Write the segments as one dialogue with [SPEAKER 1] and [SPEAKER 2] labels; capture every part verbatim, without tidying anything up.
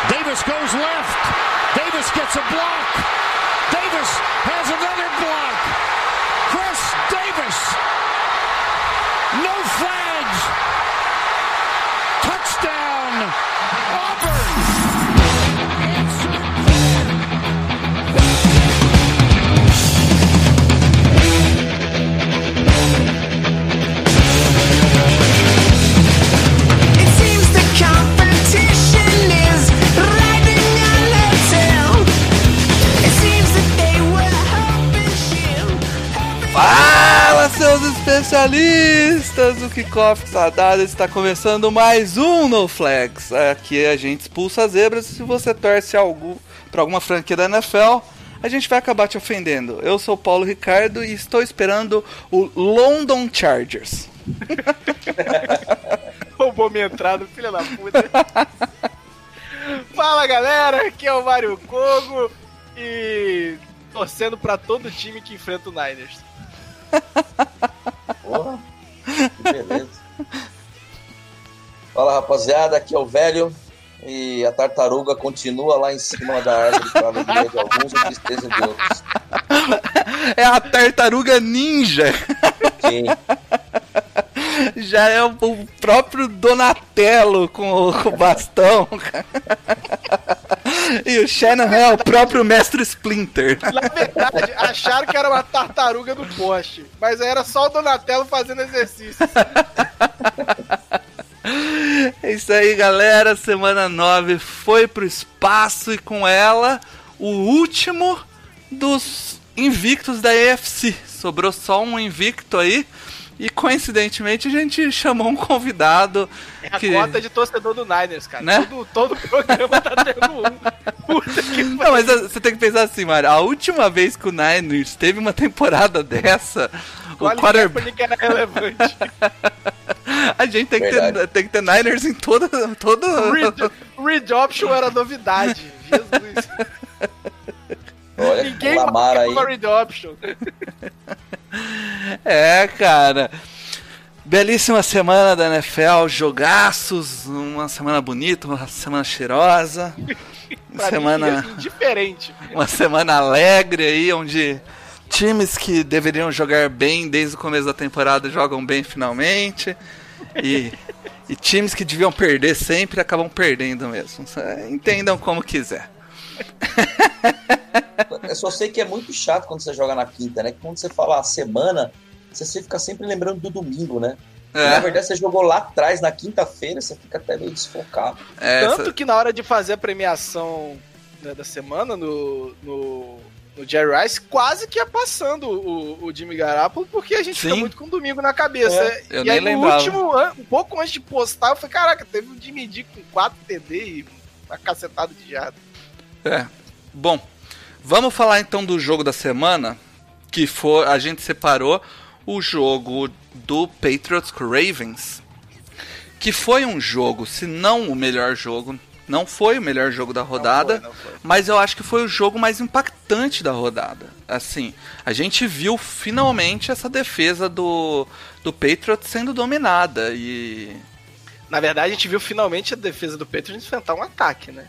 [SPEAKER 1] Davis goes left. Davis gets a block. Davis has another block. Chris Davis. No flags. Touchdown. Auburn.
[SPEAKER 2] Fala, seus especialistas! O Kickoff Saudade está começando mais um No Flags. Aqui a gente expulsa as zebras. Se você torce algo para alguma franquia da N F L, a gente vai acabar te ofendendo. Eu sou o Paulo Ricardo e estou esperando o London Chargers.
[SPEAKER 3] Roubou minha entrada, filha da puta. Fala, galera, aqui é o Mário Kogo e torcendo pra todo time que enfrenta o Niners.
[SPEAKER 4] Porra, que beleza. Fala, rapaziada, aqui é o velho e a tartaruga continua lá em cima da árvore para alegria de alguns e tristeza de outros.
[SPEAKER 2] É a tartaruga ninja.
[SPEAKER 4] Sim.
[SPEAKER 2] Já é o próprio Donatello com o, com o bastão. E o Shanahan é o próprio mestre Splinter.
[SPEAKER 3] Na verdade, acharam que era uma tartaruga do poste, mas era só o Donatello fazendo exercício.
[SPEAKER 2] É isso aí, galera. Semana nove foi pro espaço e com ela o último dos invictos da A F C. Sobrou só um invicto aí. E coincidentemente a gente chamou um convidado.
[SPEAKER 3] É a
[SPEAKER 2] que...
[SPEAKER 3] cota de torcedor do Niners, cara.
[SPEAKER 2] Né?
[SPEAKER 3] Todo, todo programa tá tendo um. Puta que
[SPEAKER 2] Não, mas você tem que pensar assim, Mário. A última vez que o Niners teve uma temporada dessa, o quarterback
[SPEAKER 3] era relevante.
[SPEAKER 2] A gente tem que, ter, tem que ter Niners em toda. toda...
[SPEAKER 3] Read, read option era novidade. Jesus.
[SPEAKER 4] Olha,
[SPEAKER 3] ninguém
[SPEAKER 4] Lamar aí.
[SPEAKER 3] Read option.
[SPEAKER 2] É, cara. Belíssima semana da N F L, jogaços, uma semana bonita, uma semana cheirosa, uma semana
[SPEAKER 3] mim, diferente.
[SPEAKER 2] Uma semana alegre aí, onde times que deveriam jogar bem desde o começo da temporada jogam bem finalmente, e, e times que deviam perder sempre acabam perdendo mesmo. Entendam como quiser.
[SPEAKER 4] Eu só sei que é muito chato quando você joga na quinta, né? Que quando você fala a semana, você fica sempre lembrando do domingo, né? É. Na verdade, você jogou lá atrás, na quinta-feira, você fica até meio desfocado.
[SPEAKER 3] É, Tanto essa... que na hora de fazer a premiação, né, da semana no, no, no Jerry Rice, quase que ia passando o, o Jimmy Garoppolo, porque a gente Sim. fica muito com o domingo na cabeça.
[SPEAKER 2] É, eu
[SPEAKER 3] e
[SPEAKER 2] nem
[SPEAKER 3] aí
[SPEAKER 2] lembrava.
[SPEAKER 3] no último, um pouco antes de postar, eu falei, caraca, teve um Jimmy D com quatro T D e uma cacetada de jarda.
[SPEAKER 2] É, bom, vamos falar então do jogo da semana, que foi, a gente separou o jogo do Patriots com Ravens, que foi um jogo, se não o melhor jogo, não foi o melhor jogo da rodada, não foi, não foi. Mas eu acho que foi o jogo mais impactante da rodada. Assim, a gente viu finalmente essa defesa do, do Patriots sendo dominada e...
[SPEAKER 3] Na verdade, a gente viu finalmente a defesa do Patriots enfrentar um ataque, né?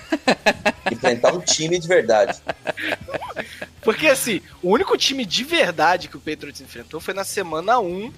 [SPEAKER 4] Enfrentar um time de verdade.
[SPEAKER 3] Porque assim, o único time de verdade que o Patriots enfrentou foi na semana um,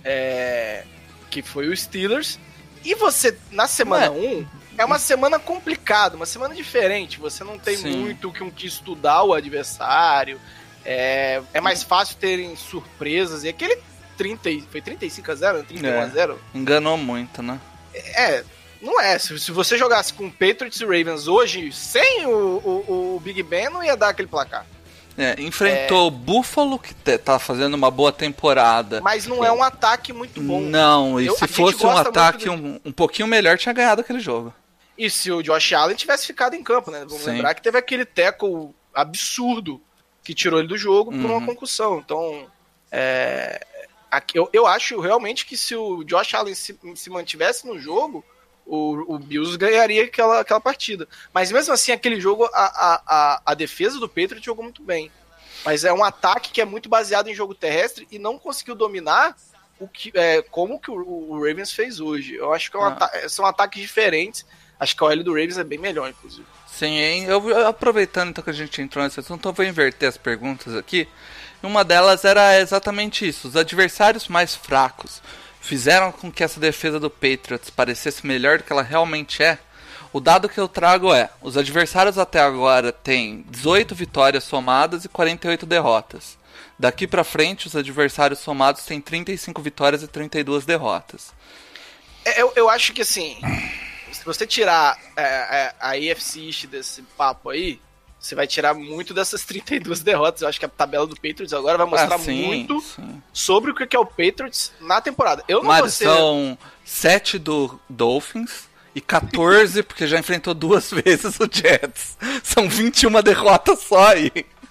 [SPEAKER 3] é, que foi o Steelers. E você, na semana um, é uma semana complicada, uma semana diferente. Você não tem Sim. muito que, que estudar o adversário. É, é mais fácil terem surpresas. E aquele trinta, foi trinta e cinco a zero? trinta e um a zero?
[SPEAKER 2] É, enganou muito, né?
[SPEAKER 3] É, não é. Se, se você jogasse com Patriots e Ravens hoje, sem o, o, o Big Ben, não ia dar aquele placar.
[SPEAKER 2] É, enfrentou o é... Buffalo, que te, tá fazendo uma boa temporada.
[SPEAKER 3] Mas não é um ataque muito bom.
[SPEAKER 2] Não, e Eu, se fosse um ataque do... um, um pouquinho melhor, tinha ganhado aquele jogo.
[SPEAKER 3] E se o Josh Allen tivesse ficado em campo, né? Vamos Sim. lembrar que teve aquele tackle absurdo que tirou ele do jogo por uhum. uma concussão. Então, é... Eu, eu acho realmente que se o Josh Allen se, se mantivesse no jogo, o, o Bills ganharia aquela, aquela partida. Mas mesmo assim, aquele jogo, a, a, a, a defesa do Patriots jogou muito bem. Mas é um ataque que é muito baseado em jogo terrestre e não conseguiu dominar o que, é, como que o, o Ravens fez hoje. Eu acho que é um
[SPEAKER 2] ah.
[SPEAKER 3] ata- são ataques diferentes. Acho que a O L do Ravens é bem melhor, inclusive.
[SPEAKER 2] Sim, hein? Eu, aproveitando então que a gente entrou nesse assunto, eu vou inverter as perguntas aqui. Uma delas era exatamente isso. Os adversários mais fracos fizeram com que essa defesa do Patriots parecesse melhor do que ela realmente é? O dado que eu trago é, os adversários até agora têm dezoito vitórias somadas e quarenta e oito derrotas. Daqui pra frente, os adversários somados têm trinta e cinco vitórias e trinta e duas derrotas.
[SPEAKER 3] Eu, eu acho que assim, se você tirar é, a A F C East desse papo aí, você vai tirar muito dessas trinta e duas derrotas. Eu acho que a tabela do Patriots agora vai mostrar ah, sim, muito sim. sobre o que é o Patriots na temporada. Eu não
[SPEAKER 2] Mas
[SPEAKER 3] vou ser...
[SPEAKER 2] são sete do Dolphins e quatorze, porque já enfrentou duas vezes o Jets. São vinte e uma derrotas só aí.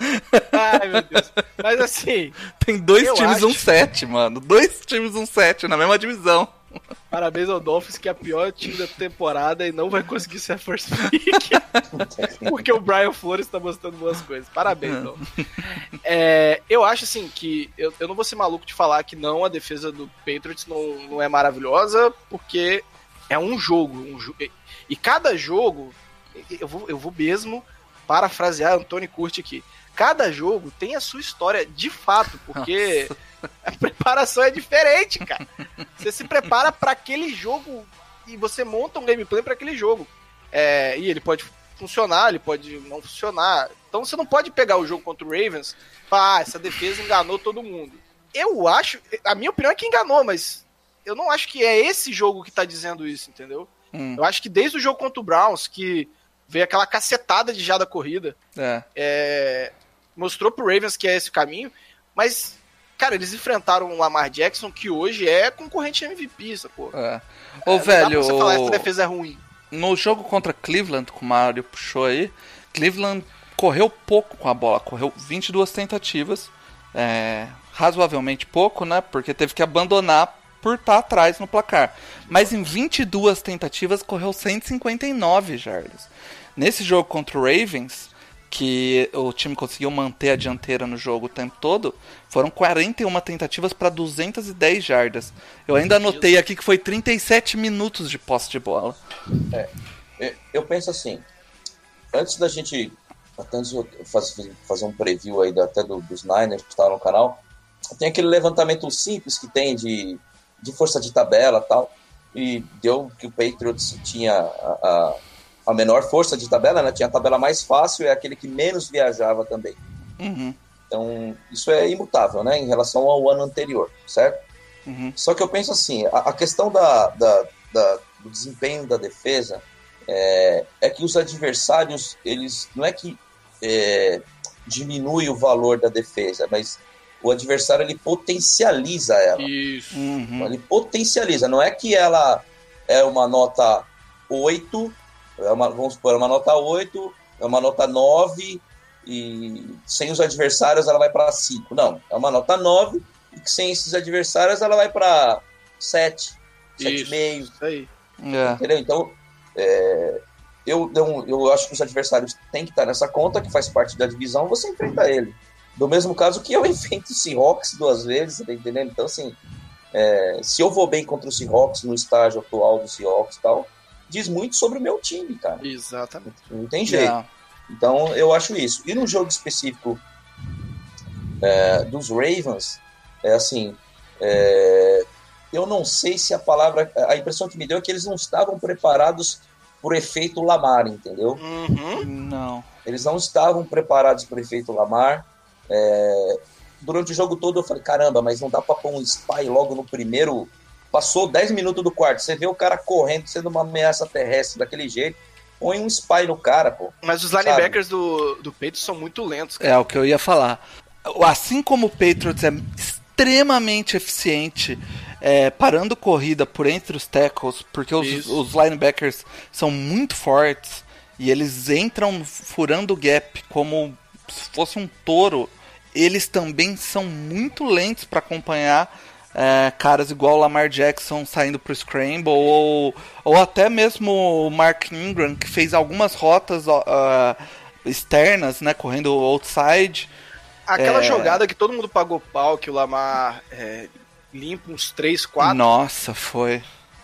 [SPEAKER 3] Ai, meu Deus. Mas assim...
[SPEAKER 2] Tem dois times
[SPEAKER 3] acho...
[SPEAKER 2] um sete, mano. Dois times um sete na mesma divisão.
[SPEAKER 3] Parabéns ao Dolphins, que é a pior time da temporada e não vai conseguir ser a first pick. Porque o Brian Flores tá mostrando boas coisas. Parabéns, Dolphins. É, eu acho assim que... Eu, eu não vou ser maluco de falar que não, a defesa do Patriots não, não é maravilhosa, porque é um jogo. Um jo... E cada jogo... Eu vou, eu vou mesmo parafrasear Antônio Curti aqui. Cada jogo tem a sua história de fato, porque... Nossa. A preparação é diferente, cara. Você se prepara para aquele jogo e você monta um gameplay para aquele jogo. É, e ele pode funcionar, ele pode não funcionar. Então você não pode pegar o jogo contra o Ravens e falar, ah, essa defesa enganou todo mundo. Eu acho, a minha opinião é que enganou, mas eu não acho que é esse jogo que tá dizendo isso, entendeu? Hum. Eu acho que desde o jogo contra o Browns, que veio aquela cacetada de jada corrida,
[SPEAKER 2] é.
[SPEAKER 3] É, mostrou pro Ravens que é esse o caminho, mas... Cara, eles enfrentaram o Lamar Jackson, que hoje é concorrente M V P, essa porra.
[SPEAKER 2] É. Ô,
[SPEAKER 3] é,
[SPEAKER 2] velho...
[SPEAKER 3] Não dá pra você falar, essa defesa é ruim.
[SPEAKER 2] No jogo contra Cleveland, que o Mario puxou aí, Cleveland correu pouco com a bola. Correu vinte e duas tentativas. É, razoavelmente pouco, né? Porque teve que abandonar por estar atrás no placar. Mas em vinte e duas tentativas, correu cento e cinquenta e nove jardas. Nesse jogo contra o Ravens... que o time conseguiu manter a dianteira no jogo o tempo todo, foram quarenta e uma tentativas para duzentas e dez jardas. Eu ainda anotei aqui que foi trinta e sete minutos de posse de bola.
[SPEAKER 4] É, eu penso assim, antes da gente até fazer um preview aí até do, dos Niners que está no canal, tem aquele levantamento simples que tem de, de força de tabela e tal, e deu que o Patriots tinha a, a a menor força de tabela, né? Tinha a tabela mais fácil, é aquele que menos viajava também.
[SPEAKER 2] Uhum.
[SPEAKER 4] Então, isso é imutável, né? Em relação ao ano anterior, certo?
[SPEAKER 2] Uhum.
[SPEAKER 4] Só que eu penso assim, a, a questão da, da, da, do desempenho da defesa é, é que os adversários, eles não é que é, diminui o valor da defesa, mas o adversário, ele potencializa ela.
[SPEAKER 3] Isso.
[SPEAKER 2] Uhum.
[SPEAKER 4] Ele potencializa, não é que ela é uma nota oito... É uma, vamos supor, é uma nota oito, é uma nota nove, e sem os adversários ela vai para cinco. Não, é uma nota nove, e que sem esses adversários ela vai para sete, sete vírgula cinco.
[SPEAKER 3] Isso aí.
[SPEAKER 2] É.
[SPEAKER 4] Entendeu? Então, é, eu, eu, eu acho que os adversários têm que estar nessa conta, que faz parte da divisão, você enfrenta ele. Do mesmo caso que eu enfrento o Seahawks duas vezes, tá entendendo? Então, assim, é, se eu vou bem contra o Seahawks no estágio atual do Seahawks e tal, diz muito sobre o meu time, cara.
[SPEAKER 3] Exatamente.
[SPEAKER 4] Não tem jeito.
[SPEAKER 2] Yeah.
[SPEAKER 4] Então, eu acho isso. E no jogo específico é, dos Ravens, é assim, é, eu não sei se a palavra... A impressão que me deu é que eles não estavam preparados por efeito Lamar, entendeu?
[SPEAKER 3] Uhum.
[SPEAKER 2] Não.
[SPEAKER 4] Eles não estavam preparados por efeito Lamar. É, durante o jogo todo eu falei, caramba, mas não dá pra pôr um spy logo no primeiro... Passou dez minutos do quarto, você vê o cara correndo, sendo uma ameaça terrestre daquele jeito, põe um spy no cara, pô.
[SPEAKER 3] Mas os linebackers do, do Patriots são muito lentos, cara.
[SPEAKER 2] É o que eu ia falar. Assim como o Patriots é extremamente eficiente é, parando corrida por entre os tackles, porque os, os linebackers são muito fortes e eles entram furando o gap como se fosse um touro, eles também são muito lentos para acompanhar É, caras igual o Lamar Jackson saindo pro Scramble, ou, ou até mesmo o Mark Ingram, que fez algumas rotas uh, externas, né, correndo outside.
[SPEAKER 3] Aquela
[SPEAKER 2] é...
[SPEAKER 3] jogada que todo mundo pagou pau, que o Lamar é, limpa uns três, quatro.
[SPEAKER 2] Nossa, foi.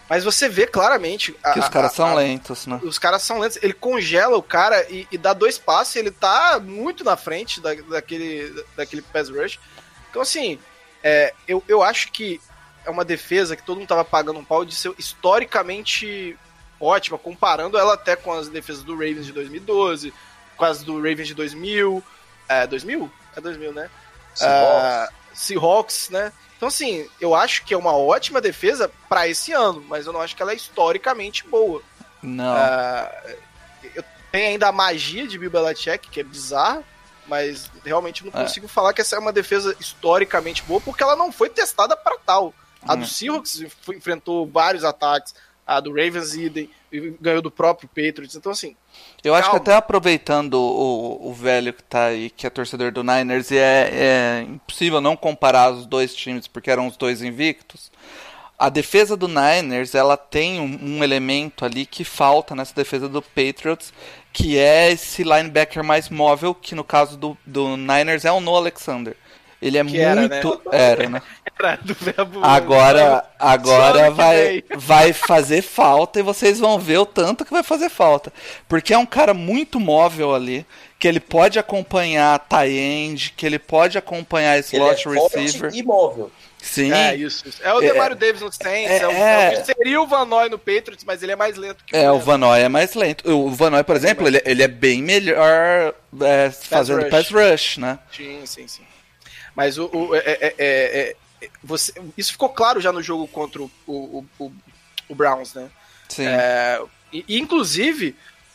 [SPEAKER 3] Mas você vê claramente... A,
[SPEAKER 2] que os caras a, são
[SPEAKER 3] a,
[SPEAKER 2] lentos, né?
[SPEAKER 3] Os caras são lentos. Ele congela o cara e, e dá dois passos e ele tá muito na frente da, daquele, daquele pass rush. Então, assim, é, eu, eu acho que é uma defesa que todo mundo tava pagando um pau de ser historicamente ótima, comparando ela até com as defesas do Ravens de dois mil e doze, com as do Ravens de dois mil. É, dois mil? É dois mil, né? Seahawks. Uh, Seahawks, né? Então, assim, eu acho que é uma ótima defesa pra esse ano, mas eu não acho que ela é historicamente boa.
[SPEAKER 2] Não.
[SPEAKER 3] Uh, eu tenho ainda a magia de Bill Belichick, que é bizarra, mas realmente não consigo é. falar que essa é uma defesa historicamente boa, porque ela não foi testada pra tal. A hum. do Seahawks foi, enfrentou vários ataques, a do Ravens idem, ganhou do próprio Patriots, então assim...
[SPEAKER 2] Eu calma. acho que até aproveitando o, o velho que tá aí, que é torcedor do Niners, e é, é impossível não comparar os dois times, porque eram os dois invictos, a defesa do Niners, ela tem um, um elemento ali que falta nessa defesa do Patriots, que é esse linebacker mais móvel, que no caso do, do Niners é o Noah Alexander. Ele é
[SPEAKER 3] que
[SPEAKER 2] muito...
[SPEAKER 3] Era, né?
[SPEAKER 2] Era, né?
[SPEAKER 3] Era do verbo...
[SPEAKER 2] Agora, agora vai, vai fazer falta e vocês vão ver o tanto que vai fazer falta. Porque é um cara muito móvel ali, que ele pode acompanhar tight end, que ele pode acompanhar slot
[SPEAKER 4] ele é
[SPEAKER 2] receiver.
[SPEAKER 4] E móvel.
[SPEAKER 2] Sim.
[SPEAKER 3] É, isso, isso. É o Demario é, Davis no Saints, é, é, é, seria o Van Noy no Patriots, mas ele é mais lento que o
[SPEAKER 2] É, o Van Noy é mais lento. O Van Noy, por exemplo, ele, ele é bem melhor é, fazendo rush. pass rush, né?
[SPEAKER 3] Sim, sim, sim. Mas o, o é, é, é, é, você, isso ficou claro já no jogo contra o, o, o, o Browns, né?
[SPEAKER 2] Sim.
[SPEAKER 3] É, e, inclusive,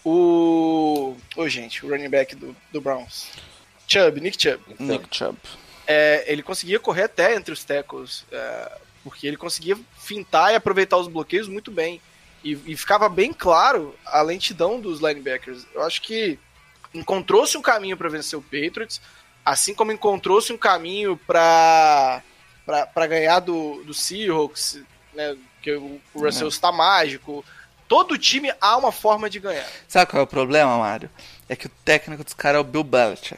[SPEAKER 3] o... Oh, gente, o running back do, do Browns. Chubb, Nick Chubb.
[SPEAKER 2] Nick Chubb.
[SPEAKER 3] É, ele conseguia correr até entre os tackles, é, porque ele conseguia fintar e aproveitar os bloqueios muito bem. E, e ficava bem claro a lentidão dos linebackers. Eu acho que encontrou-se um caminho para vencer o Patriots, assim como encontrou-se um caminho para ganhar do, do Seahawks, né, que o, o Russell está mágico. Todo time há uma forma de ganhar.
[SPEAKER 2] Sabe qual é o problema, Mário? É que o técnico dos caras é o Bill Belichick.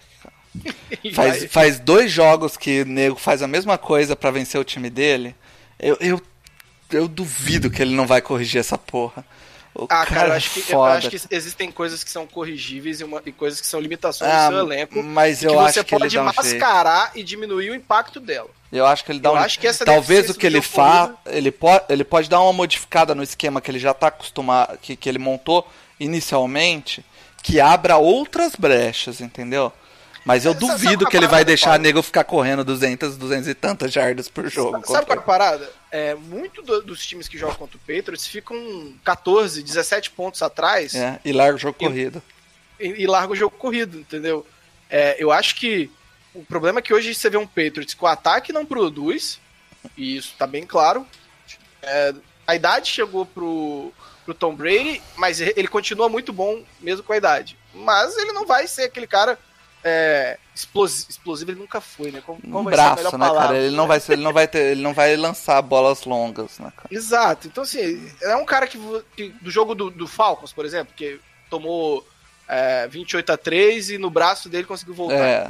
[SPEAKER 2] Faz, faz dois jogos que o nego faz a mesma coisa pra vencer o time dele. Eu, eu, eu duvido que ele não vai corrigir essa porra. O
[SPEAKER 3] ah, cara, cara eu,
[SPEAKER 2] é
[SPEAKER 3] acho que, eu acho que existem coisas que são corrigíveis e, uma, e coisas que são limitações
[SPEAKER 2] ah,
[SPEAKER 3] do seu elenco.
[SPEAKER 2] Mas eu
[SPEAKER 3] que
[SPEAKER 2] acho
[SPEAKER 3] você
[SPEAKER 2] que
[SPEAKER 3] pode
[SPEAKER 2] ele dá um
[SPEAKER 3] mascarar
[SPEAKER 2] jeito.
[SPEAKER 3] e diminuir o impacto dela.
[SPEAKER 2] Eu acho que ele dá
[SPEAKER 3] eu
[SPEAKER 2] um.
[SPEAKER 3] Acho que essa
[SPEAKER 2] Talvez o que ele faz, ele pode, ele pode dar uma modificada no esquema que ele já está acostumado, que, que ele montou inicialmente, que abra outras brechas, entendeu? Mas eu
[SPEAKER 3] sabe,
[SPEAKER 2] duvido
[SPEAKER 3] sabe
[SPEAKER 2] que ele vai deixar
[SPEAKER 3] Paulo?
[SPEAKER 2] a nego ficar correndo duzentas, duzentas e tantas jardas por jogo.
[SPEAKER 3] Sabe, sabe qual é a parada? É, muito do, dos times que jogam contra o Patriots ficam catorze, dezessete pontos atrás.
[SPEAKER 2] É, e larga o jogo
[SPEAKER 3] e,
[SPEAKER 2] corrido.
[SPEAKER 3] E, e larga o jogo corrido, entendeu? É, eu acho que o problema é que hoje você vê um Patriots que o ataque não produz, e isso tá bem claro. É, a idade chegou pro, pro Tom Brady, mas ele continua muito bom mesmo com a idade. Mas ele não vai ser aquele cara... É, explosivo, explosivo ele nunca foi, né? Como, como
[SPEAKER 2] um
[SPEAKER 3] vai
[SPEAKER 2] braço,
[SPEAKER 3] ser a melhor
[SPEAKER 2] né,
[SPEAKER 3] palavra,
[SPEAKER 2] cara? Ele
[SPEAKER 3] né?
[SPEAKER 2] não vai ser, ele não vai ter, ele não vai lançar bolas longas, né, cara?
[SPEAKER 3] Exato. Então, assim, é um cara que, que do jogo do, do Falcons, por exemplo, que tomou é, vinte e oito a três e no braço dele conseguiu voltar.
[SPEAKER 2] É,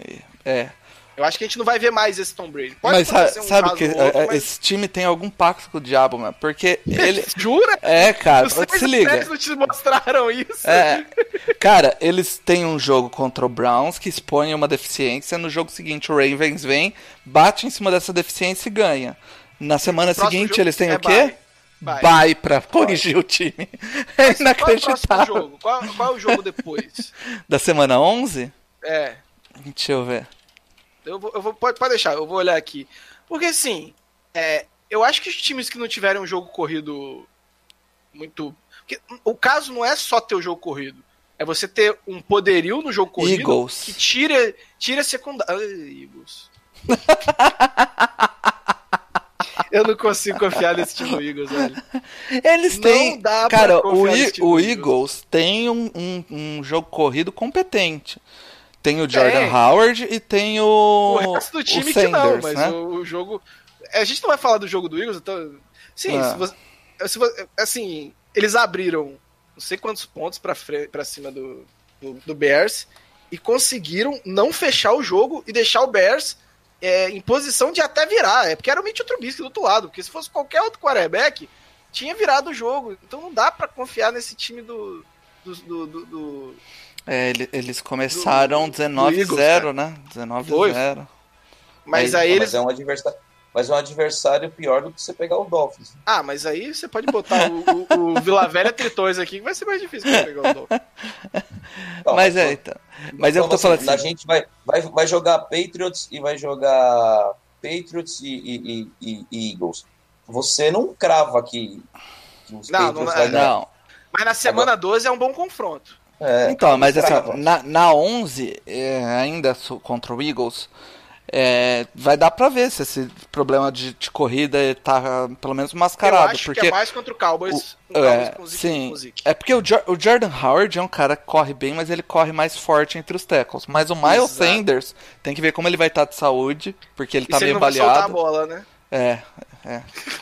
[SPEAKER 2] é.
[SPEAKER 3] Eu acho que a gente não vai ver mais esse Tom Brady. Pode
[SPEAKER 2] mas sabe,
[SPEAKER 3] um
[SPEAKER 2] sabe que
[SPEAKER 3] outro,
[SPEAKER 2] é,
[SPEAKER 3] mas...
[SPEAKER 2] esse time tem algum pacto com o diabo, mano? Porque ele...
[SPEAKER 3] Jura?
[SPEAKER 2] É, cara,
[SPEAKER 3] Os
[SPEAKER 2] se liga.
[SPEAKER 3] Eles não te mostraram isso.
[SPEAKER 2] É, cara, eles têm um jogo contra o Browns que expõe uma deficiência. No jogo seguinte, o Ravens vem, bate em cima dessa deficiência e ganha. Na semana seguinte,
[SPEAKER 3] jogo
[SPEAKER 2] eles têm
[SPEAKER 3] é
[SPEAKER 2] o quê?
[SPEAKER 3] Bye.
[SPEAKER 2] Bye pra corrigir
[SPEAKER 3] Bye.
[SPEAKER 2] o time. É
[SPEAKER 3] Mas
[SPEAKER 2] inacreditável.
[SPEAKER 3] Qual é o próximo jogo? Qual, qual é o jogo depois?
[SPEAKER 2] Da semana onze?
[SPEAKER 3] É.
[SPEAKER 2] Deixa eu ver.
[SPEAKER 3] Eu vou, eu vou, pode, pode deixar, eu vou olhar aqui. Porque assim, é, eu acho que os times que não tiverem um jogo corrido muito... Porque o caso não é só ter o jogo corrido. É você ter um poderio no jogo corrido
[SPEAKER 2] Eagles.
[SPEAKER 3] que tira, tira a secundária. Ai, Eagles. Eu não consigo confiar nesse time do Eagles, velho.
[SPEAKER 2] Eles têm...
[SPEAKER 3] Não dá
[SPEAKER 2] cara,
[SPEAKER 3] pra
[SPEAKER 2] o,
[SPEAKER 3] I,
[SPEAKER 2] o Eagles tem um, um, um jogo corrido competente. Tem o Jordan
[SPEAKER 3] é.
[SPEAKER 2] Howard e tem o
[SPEAKER 3] O resto do time
[SPEAKER 2] o
[SPEAKER 3] que
[SPEAKER 2] Sanders,
[SPEAKER 3] não, mas
[SPEAKER 2] né?
[SPEAKER 3] o, o jogo... A gente não vai falar do jogo do Eagles, então... Sim,
[SPEAKER 2] ah.
[SPEAKER 3] se você, se você, assim, eles abriram não sei quantos pontos pra, frente, pra cima do, do, do Bears e conseguiram não fechar o jogo e deixar o Bears é, em posição de até virar. É porque era o Mitchell Trubisky do outro lado, porque se fosse qualquer outro quarterback, tinha virado o jogo. Então não dá pra confiar nesse time do... do, do, do, do...
[SPEAKER 2] É, eles começaram dezenove a zero, né? dezenove a zero.
[SPEAKER 3] Mas aí, aí eles...
[SPEAKER 4] Mas é um adversário... Mas é um adversário pior do que você pegar o Dolphins.
[SPEAKER 3] Ah, mas aí você pode botar o, o, o Vila Velha Tritões aqui, que vai ser mais difícil pra pegar o Dolphins.
[SPEAKER 2] Não, mas é, então. Mas eu tô assim, falando assim.
[SPEAKER 4] A gente vai, vai, vai jogar Patriots e vai jogar Patriots e, e, e, e Eagles. Você não crava que, que os
[SPEAKER 3] não,
[SPEAKER 4] Patriots
[SPEAKER 3] não,
[SPEAKER 4] vai
[SPEAKER 3] não. não. Mas na semana Agora... doze é um bom confronto.
[SPEAKER 2] É, então, mas assim, na, na onze, é, ainda contra o Eagles... É, vai dar pra ver se esse problema de, de corrida tá pelo menos mascarado.
[SPEAKER 3] Eu acho
[SPEAKER 2] porque
[SPEAKER 3] que é mais contra o Cowboys.
[SPEAKER 2] O, o Cowboys é, com Zic, sim, com Zic. É porque o, jo- o Jordan Howard é um cara que corre bem, mas ele corre mais forte entre os tackles. Mas o Miles Exato. Sanders tem que ver como ele vai estar de saúde, porque ele e tá meio ele não baleado. Vai soltar
[SPEAKER 3] a bola, né?
[SPEAKER 2] É, é.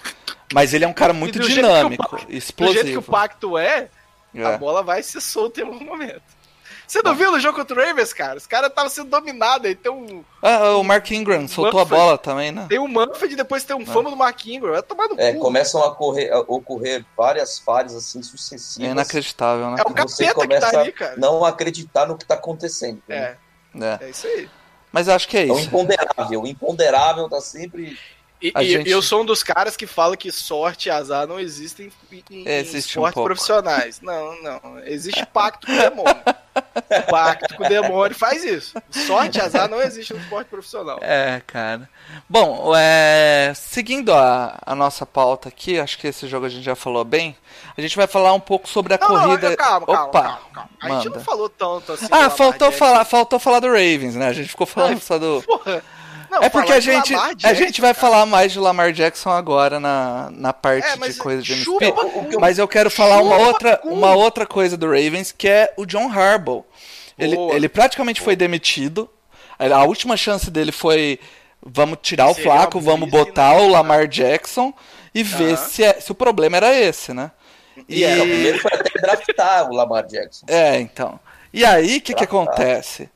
[SPEAKER 2] Mas ele é um cara muito dinâmico,
[SPEAKER 3] jeito
[SPEAKER 2] explosivo.
[SPEAKER 3] Do jeito que o pacto é, é, a bola vai ser solta em algum momento. Você não viu no jogo contra o Ravens, cara? Os caras estavam sendo dominados. Aí tem um.
[SPEAKER 2] Ah, o Mark Ingram soltou Manfred. a bola também, né?
[SPEAKER 3] Tem o Manfred e depois tem um fama do Mark Ingram. Vai tomar no
[SPEAKER 4] é,
[SPEAKER 3] cu.
[SPEAKER 4] Começam a, correr, a ocorrer várias falhas assim sucessivas.
[SPEAKER 2] É inacreditável, né?
[SPEAKER 3] É o capeta que tá ali, cara.
[SPEAKER 4] Não acreditar no que tá acontecendo.
[SPEAKER 3] É.
[SPEAKER 2] Né?
[SPEAKER 3] É. É isso aí.
[SPEAKER 2] Mas eu acho que é isso.
[SPEAKER 4] É o imponderável. O imponderável tá sempre.
[SPEAKER 3] E, e gente... eu sou um dos caras que fala que sorte e azar não existem em, em
[SPEAKER 2] Existe
[SPEAKER 3] esportes
[SPEAKER 2] um
[SPEAKER 3] profissionais. Não, não. Existe pacto com o demônio. Pacto com o demônio faz isso. Sorte e azar não existe no esporte profissional.
[SPEAKER 2] É, cara. Bom, é... seguindo a, a nossa pauta aqui, acho que esse jogo a gente já falou bem. A gente vai falar um pouco sobre a
[SPEAKER 3] não,
[SPEAKER 2] corrida.
[SPEAKER 3] Não, calma, calma,
[SPEAKER 2] Opa,
[SPEAKER 3] calma, calma. A gente
[SPEAKER 2] manda.
[SPEAKER 3] não falou tanto assim.
[SPEAKER 2] Ah, faltou falar, faltou falar do Ravens, né? A gente ficou falando Ai, só do.
[SPEAKER 3] Porra. Não,
[SPEAKER 2] é porque a gente, Jackson, a gente vai cara. falar mais de Lamar Jackson agora na, na parte é, de coisa de M S P. Mas eu quero falar uma outra, uma outra coisa do Ravens, que é o John Harbaugh. Ele, ele praticamente Boa. foi demitido. A última chance dele foi: vamos tirar Seria o Flaco, vamos botar o Lamar Jackson e ah. ver se, é, se o problema era esse, né?
[SPEAKER 4] E, e era, o primeiro foi até draftar o Lamar Jackson.
[SPEAKER 2] É, então. E aí, o que, que acontece?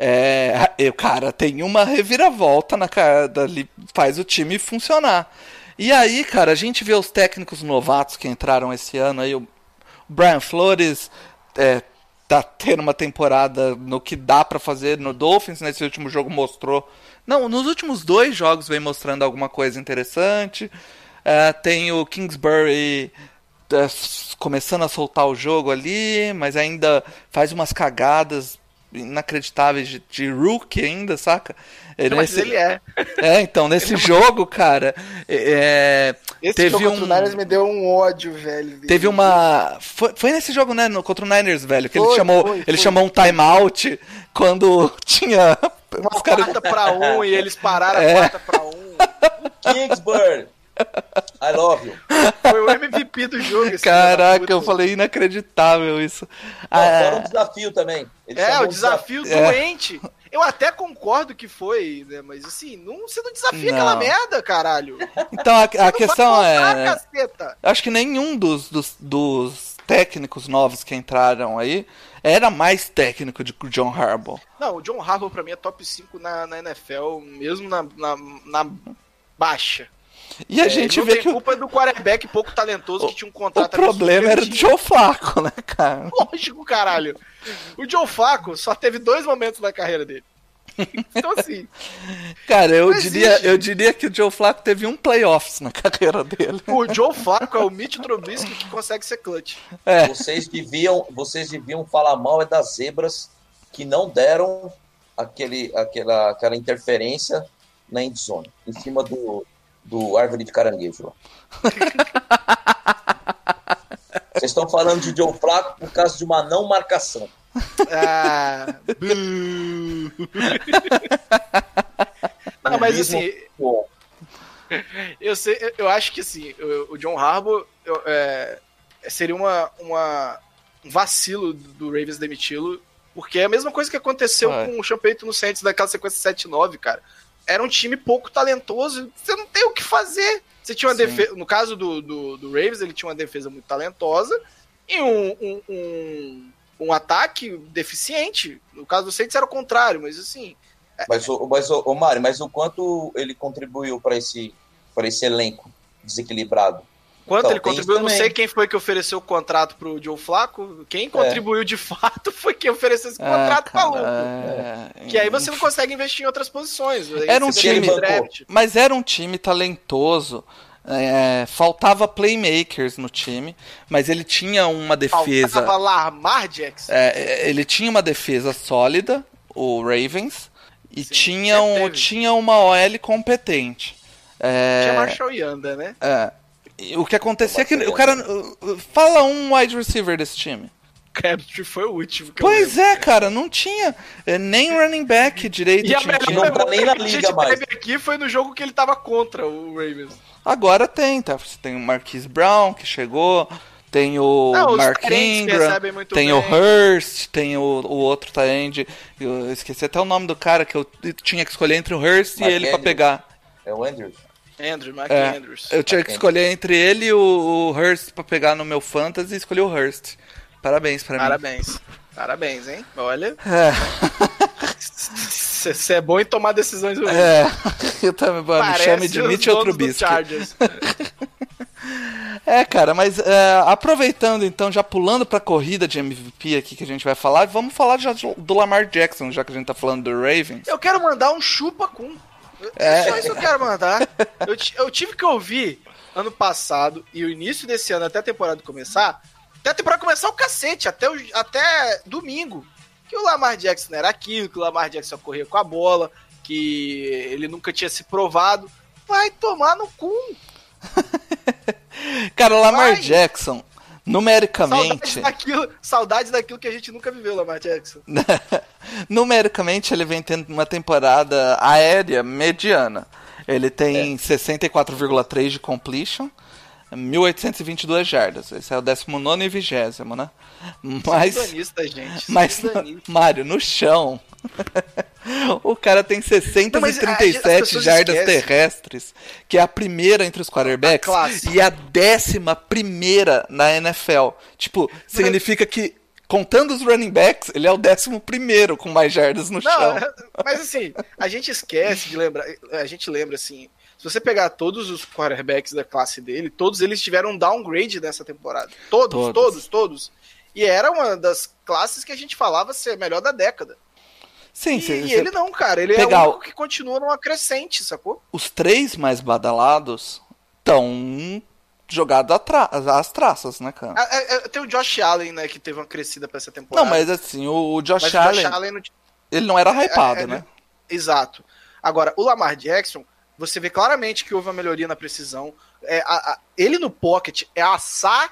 [SPEAKER 2] É, o cara tem uma reviravolta na cara, ali, faz o time funcionar. E aí, cara, a gente vê os técnicos novatos que entraram esse ano aí, o Brian Flores é, tá tendo uma temporada no que dá pra fazer no Dolphins, nesse último jogo mostrou, não, nos últimos dois jogos vem mostrando alguma coisa interessante. É, tem o Kingsbury é, começando a soltar o jogo ali, mas ainda faz umas cagadas inacreditáveis de, de rookie ainda, saca?
[SPEAKER 3] Não, mas
[SPEAKER 2] nesse...
[SPEAKER 3] ele é.
[SPEAKER 2] É, então, nesse jogo, cara, é...
[SPEAKER 3] Esse
[SPEAKER 2] teve
[SPEAKER 3] jogo
[SPEAKER 2] um...
[SPEAKER 3] contra o Niners me deu um ódio, velho.
[SPEAKER 2] Teve uma... Foi, foi nesse jogo, né, no, contra o Niners, velho, que foi, ele chamou, foi, ele foi. chamou um timeout quando tinha...
[SPEAKER 3] Uma Os cara... quarta pra um e eles pararam
[SPEAKER 2] é.
[SPEAKER 3] a quarta pra um.
[SPEAKER 4] Kingsbury! I love you.
[SPEAKER 3] Foi o M V P do jogo. Esse
[SPEAKER 2] Caraca, eu falei inacreditável isso.
[SPEAKER 4] Não, ah, fora o desafio também.
[SPEAKER 3] Ele é, o desafio, desafio doente. É. Eu até concordo que foi, né? Mas assim, não, você não desafia não. aquela merda, caralho.
[SPEAKER 2] Então a, a questão voltar, é...
[SPEAKER 3] Caceta.
[SPEAKER 2] Acho que nenhum dos, dos, dos técnicos novos que entraram aí era mais técnico de John Harbaugh.
[SPEAKER 3] Não, o John Harbaugh pra mim é top cinco na, na N F L, mesmo na, na, na baixa.
[SPEAKER 2] E a é, gente vê que
[SPEAKER 3] a culpa é do quarterback pouco talentoso
[SPEAKER 2] o,
[SPEAKER 3] que tinha um contrato.
[SPEAKER 2] O problema era do Joe Flacco, né, cara?
[SPEAKER 3] Lógico, caralho. O Joe Flacco só teve dois momentos na carreira dele. Então assim.
[SPEAKER 2] Cara, eu diria, eu diria que o Joe Flacco teve um playoffs na carreira dele.
[SPEAKER 3] O Joe Flacco é o Mitch Trubisky que consegue ser clutch.
[SPEAKER 4] É. Vocês deviam, vocês deviam falar mal é das zebras que não deram aquele, aquela, aquela interferência na endzone, em cima do do árvore de caranguejo. Vocês estão falando de Joe Flacco por causa de uma não marcação.
[SPEAKER 3] Ah, não, mas assim, eu sei, eu acho que assim, o John Harbaugh eu, é, seria uma, uma um vacilo do Ravens demiti-lo, porque é a mesma coisa que aconteceu Ai. com o Sean Payton no Saints daquela sequência sete nove, cara. Era um time pouco talentoso, você não tem o que fazer. Você tinha uma defesa, no caso do, do, do Ravens, ele tinha uma defesa muito talentosa e um, um, um, um ataque deficiente. No caso do Saints era o contrário, mas assim...
[SPEAKER 4] Mas, o, mas, o, o Mário, mas o quanto ele contribuiu para esse, para esse elenco desequilibrado?
[SPEAKER 3] Quanto
[SPEAKER 4] Então,
[SPEAKER 3] ele contribuiu, eu não sei quem foi que ofereceu o contrato pro Joe Flacco. Quem contribuiu é. de fato foi quem ofereceu esse contrato é, maluco. É... Que aí você não consegue investir em outras posições.
[SPEAKER 2] Era um time, mas era um time talentoso. É, faltava playmakers no time, mas ele tinha uma defesa.
[SPEAKER 3] Faltava Lamar Jackson.
[SPEAKER 2] É, ele tinha uma defesa sólida, o Ravens, e Sim, tinha, um, tinha uma O L competente. É,
[SPEAKER 3] tinha Marshall Yanda, né?
[SPEAKER 2] É. O que acontecia é que o cara. Fala um wide receiver desse time.
[SPEAKER 3] Crabtree foi o último que
[SPEAKER 2] Pois
[SPEAKER 3] eu
[SPEAKER 2] é, cara, não tinha nem running back direito.
[SPEAKER 3] E a
[SPEAKER 2] tinha,
[SPEAKER 3] melhor
[SPEAKER 4] não tá nem na liga mais.
[SPEAKER 3] Teve aqui foi no jogo que ele tava contra o Ravens.
[SPEAKER 2] Agora tem, tá? Tem o Marquise Brown que chegou, tem o não, Mark Ingram, tem bem. o Hurst, tem o, o outro tight end. Eu esqueci até o nome do cara que eu tinha que escolher entre o Hurst Mark e ele para pegar.
[SPEAKER 4] É o Andrews.
[SPEAKER 3] Andrews, Mark
[SPEAKER 2] é,
[SPEAKER 3] Andrews.
[SPEAKER 2] Eu tinha
[SPEAKER 3] Mark
[SPEAKER 2] que escolher entre ele e o, o Hurst pra pegar no meu fantasy e escolhi o Hurst. Parabéns pra
[SPEAKER 3] Parabéns.
[SPEAKER 2] mim.
[SPEAKER 3] Parabéns, hein? Olha. Você
[SPEAKER 2] É.
[SPEAKER 3] é bom em tomar decisões ruins.
[SPEAKER 2] É. Eu também, me chame de Mitchell Trubisky. É, cara, mas é, aproveitando então, já pulando pra corrida de M V P aqui que a gente vai falar, vamos falar já do Lamar Jackson, já que a gente tá falando do Ravens.
[SPEAKER 3] Eu quero mandar um chupa-cum. É só isso que eu quero mandar. Eu, eu tive que ouvir ano passado e o início desse ano, até a temporada começar, até a temporada começar o cacete, até, o, até domingo, que o Lamar Jackson era aquilo, que o Lamar Jackson corria com a bola, que ele nunca tinha se provado. Vai tomar no cu.
[SPEAKER 2] Cara, o Lamar Vai. Jackson, numericamente...
[SPEAKER 3] Saudades daquilo, saudades daquilo que a gente nunca viveu, Lamar Jackson.
[SPEAKER 2] Numericamente, ele vem tendo uma temporada aérea mediana. Ele tem é. sessenta e quatro vírgula três de completion, mil oitocentos e vinte e duas jardas. Esse é o décimo nono e vigésimo, né? Mas,
[SPEAKER 3] gente.
[SPEAKER 2] mas Mário, no chão, o cara tem seiscentos e trinta e sete Não, jardas esquecem. terrestres, que é a primeira entre os quarterbacks a e a décima primeira na N F L. Tipo, significa que, contando os running backs, ele é o décimo primeiro com mais jardas no
[SPEAKER 3] Não,
[SPEAKER 2] chão.
[SPEAKER 3] Mas assim, a gente esquece de lembrar, a gente lembra assim, se você pegar todos os quarterbacks da classe dele, todos eles tiveram um downgrade nessa temporada. Todos, todos, todos, todos. E era uma das classes que a gente falava ser a melhor da década.
[SPEAKER 2] Sim,
[SPEAKER 3] e,
[SPEAKER 2] cê,
[SPEAKER 3] e
[SPEAKER 2] cê
[SPEAKER 3] ele não, cara. Ele
[SPEAKER 2] pegar
[SPEAKER 3] é o único que continua numa crescente, sacou?
[SPEAKER 2] Os três mais badalados estão jogados às traças, né, cara?
[SPEAKER 3] É, é, tem o Josh Allen, né, que teve uma crescida pra essa temporada.
[SPEAKER 2] Não, mas assim, o, o Josh
[SPEAKER 3] mas
[SPEAKER 2] Allen,
[SPEAKER 3] o Josh Allen não...
[SPEAKER 2] ele não era hypado, é, é, né?
[SPEAKER 3] Exato. Agora, o Lamar Jackson, você vê claramente que houve uma melhoria na precisão. É, a, a, ele no pocket é a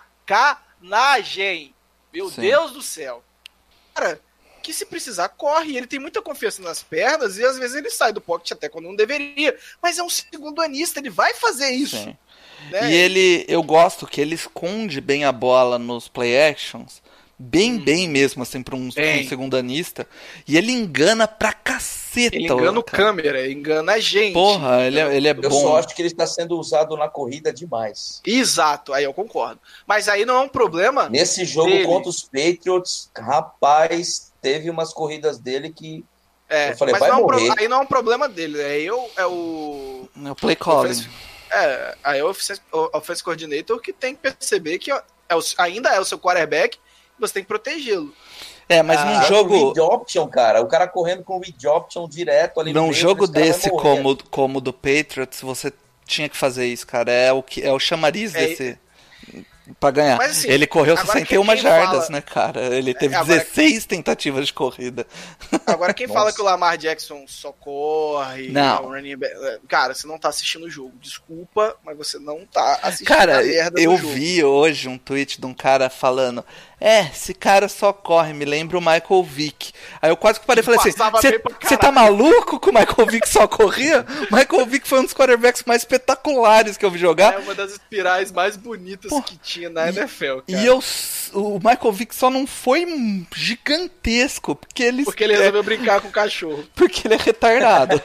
[SPEAKER 3] sacanagem. Meu Sim. Deus do céu. Cara, que se precisar, corre. Ele tem muita confiança nas pernas e às vezes ele sai do pocket até quando não deveria. Mas é um segundo anista, ele vai fazer isso.
[SPEAKER 2] Sim. Né? E ele, eu gosto que ele esconde bem a bola nos play actions. Bem, hum. bem mesmo, assim, pra um, um segundanista. E ele engana pra caceta.
[SPEAKER 3] Ele engana o câmera, engana a gente.
[SPEAKER 2] Porra, ele é, ele é
[SPEAKER 4] eu
[SPEAKER 2] bom.
[SPEAKER 4] Eu só acho que ele está sendo usado na corrida demais.
[SPEAKER 3] Exato, aí eu concordo. Mas aí não é um problema.
[SPEAKER 4] Nesse jogo dele. Contra os Patriots, rapaz, teve umas corridas dele que
[SPEAKER 3] é,
[SPEAKER 4] eu falei,
[SPEAKER 3] mas
[SPEAKER 4] vai
[SPEAKER 3] não
[SPEAKER 4] morrer.
[SPEAKER 3] É um pro... Aí não é um problema dele, é eu, é o...
[SPEAKER 2] É o play calling.
[SPEAKER 3] Offense... É, aí é o offense coordinator que tem que perceber que é o... ainda é o seu quarterback, você tem que protegê-lo.
[SPEAKER 2] É, mas num
[SPEAKER 4] ah,
[SPEAKER 2] jogo...
[SPEAKER 4] read option, cara, o cara correndo com o read option direto ali no
[SPEAKER 2] Num
[SPEAKER 4] meio,
[SPEAKER 2] jogo desse como,
[SPEAKER 4] ali.
[SPEAKER 2] como o do Patriots, você tinha que fazer isso, cara. É o, que, é o chamariz é, desse... Pra ganhar. Mas, assim, ele correu sessenta e uma jardas, fala... né, cara? Ele teve agora... dezesseis tentativas de corrida.
[SPEAKER 3] Agora, quem fala que o Lamar Jackson só corre...
[SPEAKER 2] Não.
[SPEAKER 3] Running back... Cara, você não tá assistindo o jogo. Desculpa, mas você não tá assistindo
[SPEAKER 2] cara,
[SPEAKER 3] a merda
[SPEAKER 2] eu
[SPEAKER 3] do jogo.
[SPEAKER 2] vi hoje um tweet de um cara falando... É, esse cara só corre, me lembra o Michael Vick. Aí eu quase que parei e falei assim, você tá maluco que o Michael Vick só corria? Michael Vick foi um dos quarterbacks mais espetaculares que eu vi jogar.
[SPEAKER 3] É uma das espirais mais bonitas Pô, que tinha na
[SPEAKER 2] e,
[SPEAKER 3] N F L, cara.
[SPEAKER 2] E eu, o Michael Vick só não foi gigantesco, porque ele...
[SPEAKER 3] Porque ele resolveu é, brincar com o cachorro.
[SPEAKER 2] Porque ele é retardado.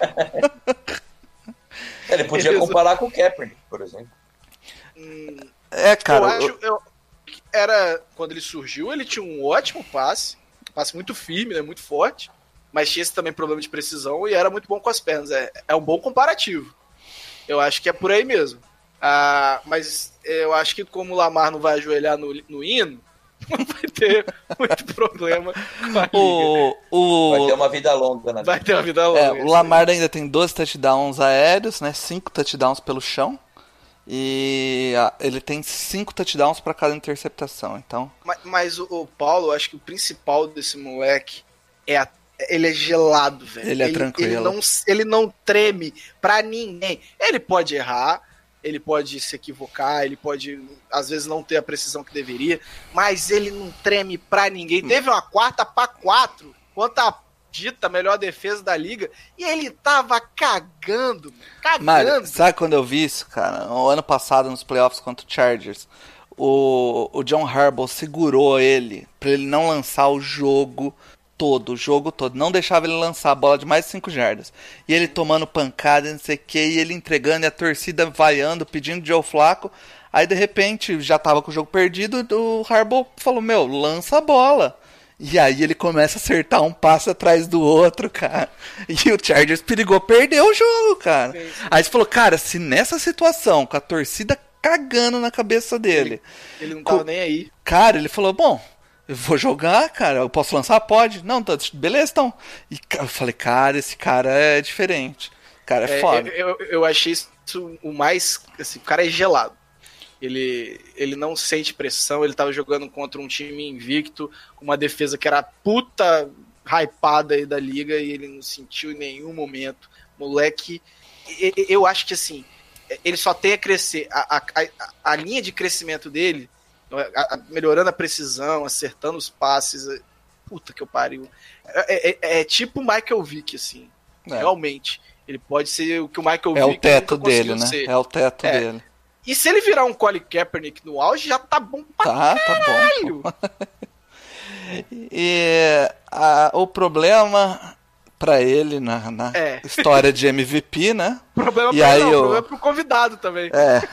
[SPEAKER 4] Ele podia ele comparar resol... com o Kaepernick, por exemplo.
[SPEAKER 3] Hum,
[SPEAKER 2] é, cara...
[SPEAKER 3] Eu acho... Eu... Era, quando ele surgiu, ele tinha um ótimo passe, passe muito firme, né, muito forte, mas tinha esse também problema de precisão e era muito bom com as pernas. É, é um bom comparativo. Eu acho que é por aí mesmo. Ah, mas eu acho que como o Lamar não vai ajoelhar no, no hino, não vai ter muito problema com a
[SPEAKER 2] o, o...
[SPEAKER 4] Vai ter uma vida longa, né?
[SPEAKER 3] Vai ter uma vida longa.
[SPEAKER 2] É, o Lamar ainda tem doze touchdowns aéreos, né? cinco touchdowns pelo chão. E ah, ele tem cinco touchdowns para cada interceptação, então...
[SPEAKER 3] Mas, mas o, o Paulo, eu acho que o principal desse moleque é a, ele é gelado, velho.
[SPEAKER 2] Ele é
[SPEAKER 3] ele,
[SPEAKER 2] tranquilo.
[SPEAKER 3] Ele não, ele não treme pra ninguém. Ele pode errar, ele pode se equivocar, ele pode, às vezes, não ter a precisão que deveria, mas ele não treme pra ninguém. Teve uma quarta pra quatro contra a dita melhor defesa da liga, e ele tava cagando, cagando.
[SPEAKER 2] Mário, sabe quando eu vi isso, cara? O ano passado, nos playoffs contra o Chargers, o, o John Harbaugh segurou ele pra ele não lançar o jogo todo, o jogo todo. Não deixava ele lançar a bola de mais de cinco jardas. E ele tomando pancada, não sei o que, e ele entregando, e a torcida vaiando, pedindo Joe Flacco. Aí, de repente, já tava com o jogo perdido, o Harbaugh falou, meu, lança a bola. E aí ele começa a acertar um passo atrás do outro, cara. E o Chargers perigou perder o jogo, cara. Sim, sim. Aí você falou, cara, se nessa situação, com a torcida cagando na cabeça dele...
[SPEAKER 3] Ele, ele não tava com... nem aí.
[SPEAKER 2] Cara, ele falou, bom, eu vou jogar, cara, eu posso lançar? Pode. Não, tá, beleza, então. E eu falei, cara, esse cara é diferente. O cara é, é foda.
[SPEAKER 3] Eu, eu, eu achei isso o mais... Assim, o cara é gelado. Ele, ele não sente pressão, ele tava jogando contra um time invicto, com uma defesa que era puta hypada aí da liga, e ele não sentiu em nenhum momento. Moleque, eu acho que assim, ele só tem a crescer. A, a, a, a linha de crescimento dele, a, a, melhorando a precisão, acertando os passes, puta que eu pariu. É, é, é tipo o Michael Vick, assim, é. Realmente. Ele pode ser o que o Michael
[SPEAKER 2] é
[SPEAKER 3] Vick
[SPEAKER 2] o teto dele, né?
[SPEAKER 3] ser.
[SPEAKER 2] É o teto
[SPEAKER 3] é.
[SPEAKER 2] dele.
[SPEAKER 3] E se ele virar um Colin Kaepernick no auge, já tá bom pra
[SPEAKER 2] tá,
[SPEAKER 3] caralho.
[SPEAKER 2] Tá bom. E a, o problema pra ele na, na é. história de M V P, né?
[SPEAKER 3] Problema
[SPEAKER 2] e
[SPEAKER 3] pra
[SPEAKER 2] aí
[SPEAKER 3] ele, não,
[SPEAKER 2] eu...
[SPEAKER 3] problema pro convidado também.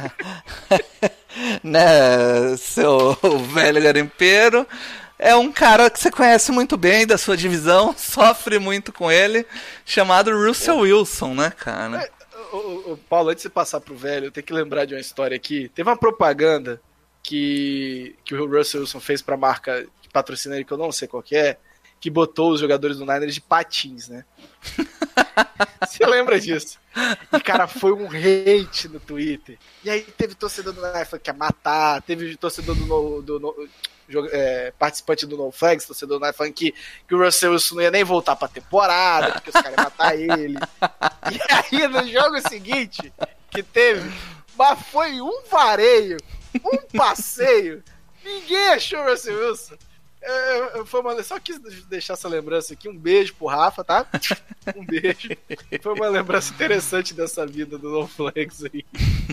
[SPEAKER 2] É. Né, seu velho garimpeiro. É um cara que você conhece muito bem da sua divisão, sofre muito com ele, chamado Russell Wilson, né, cara?
[SPEAKER 3] É. O, o Paulo, antes de você passar pro velho, eu tenho que lembrar de uma história aqui. Teve uma propaganda que, que o Russell Wilson fez pra marca que patrocina ele, que eu não sei qual que é, que botou os jogadores do Niners de patins, né? Você lembra disso? E, cara, foi um hate no Twitter. E aí teve torcedor do Niners que quer matar, teve torcedor do... do, do É, participante do No Flags, torcedor do Night, falando que, que o Russell Wilson não ia nem voltar pra temporada, porque os caras iam matar ele. E aí, no jogo seguinte, que teve, mas foi um vareio, um passeio, ninguém achou o Russell Wilson. Eu, eu, foi uma, só quis deixar essa lembrança aqui, um beijo pro Rafa, tá? Um beijo. Foi uma lembrança interessante dessa vida do No Flags aí.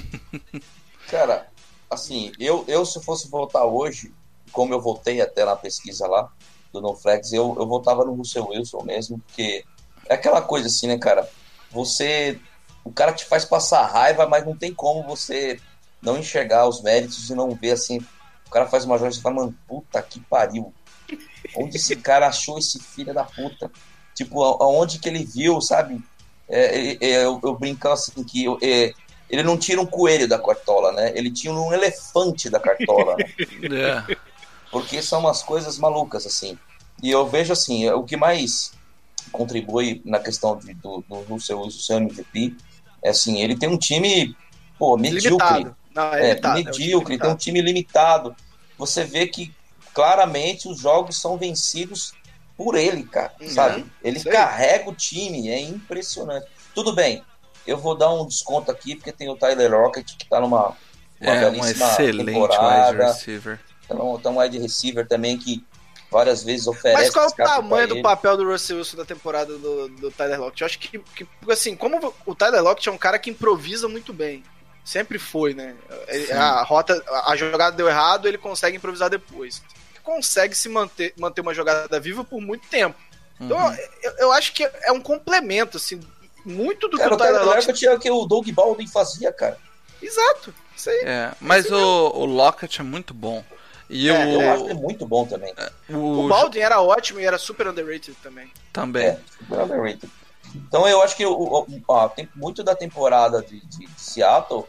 [SPEAKER 4] Cara, assim, eu, eu se fosse voltar hoje, como eu voltei até na pesquisa lá do NoFlex, eu, eu voltava no Russell Wilson mesmo, porque é aquela coisa assim, né, cara? Você, o cara te faz passar raiva, mas não tem como você não enxergar os méritos e não ver assim, o cara faz uma jogada e você fala, mano, puta que pariu. Onde esse cara achou esse filho da puta? Tipo, aonde que ele viu, sabe? É, é, eu, eu brinco assim, que eu, é, ele não tira um coelho da cartola, né? Ele tinha um elefante da cartola, né?
[SPEAKER 2] É.
[SPEAKER 4] Porque são umas coisas malucas, assim. E eu vejo, assim, o que mais contribui na questão de, do, do Russell Wilson ser M V P é, assim, ele tem um time, pô, medíocre.
[SPEAKER 3] Não, é,
[SPEAKER 4] é
[SPEAKER 3] limitado,
[SPEAKER 4] medíocre,
[SPEAKER 3] é um
[SPEAKER 4] tem um time limitado. Você vê que, claramente, os jogos são vencidos por ele, cara, uhum, sabe? Ele carrega o time, é impressionante. Tudo bem, eu vou dar um desconto aqui, porque tem o Tyler Lockett, que tá numa uma
[SPEAKER 2] é,
[SPEAKER 4] belíssima
[SPEAKER 2] um excelente
[SPEAKER 4] temporada.
[SPEAKER 2] wide receiver.
[SPEAKER 4] Então, tem um wide receiver também que várias vezes oferece.
[SPEAKER 3] Mas qual é o tamanho do papel do Russell Wilson na temporada do, do Tyler Lockett? Eu acho que, que, assim, como o Tyler Lockett é um cara que improvisa muito bem. Sempre foi, né? Sim. A rota, a jogada deu errado, ele consegue improvisar depois. Consegue se manter, manter uma jogada viva por muito tempo. Então, uhum. eu, eu acho que é um complemento, assim, muito do
[SPEAKER 4] cara,
[SPEAKER 3] que o Tyler,
[SPEAKER 4] Tyler
[SPEAKER 3] Lockett...
[SPEAKER 4] Lockett é o que o Doug Baldwin fazia, cara.
[SPEAKER 3] Exato, isso aí.
[SPEAKER 2] É, mas o, o Lockett é muito bom. E
[SPEAKER 4] é,
[SPEAKER 2] o...
[SPEAKER 4] eu acho que é muito bom também.
[SPEAKER 3] O, o Baldwin era ótimo e era super underrated também.
[SPEAKER 2] Também.
[SPEAKER 4] É, super underrated. Então eu acho que o, o, ó, tem muito da temporada de, de, de Seattle,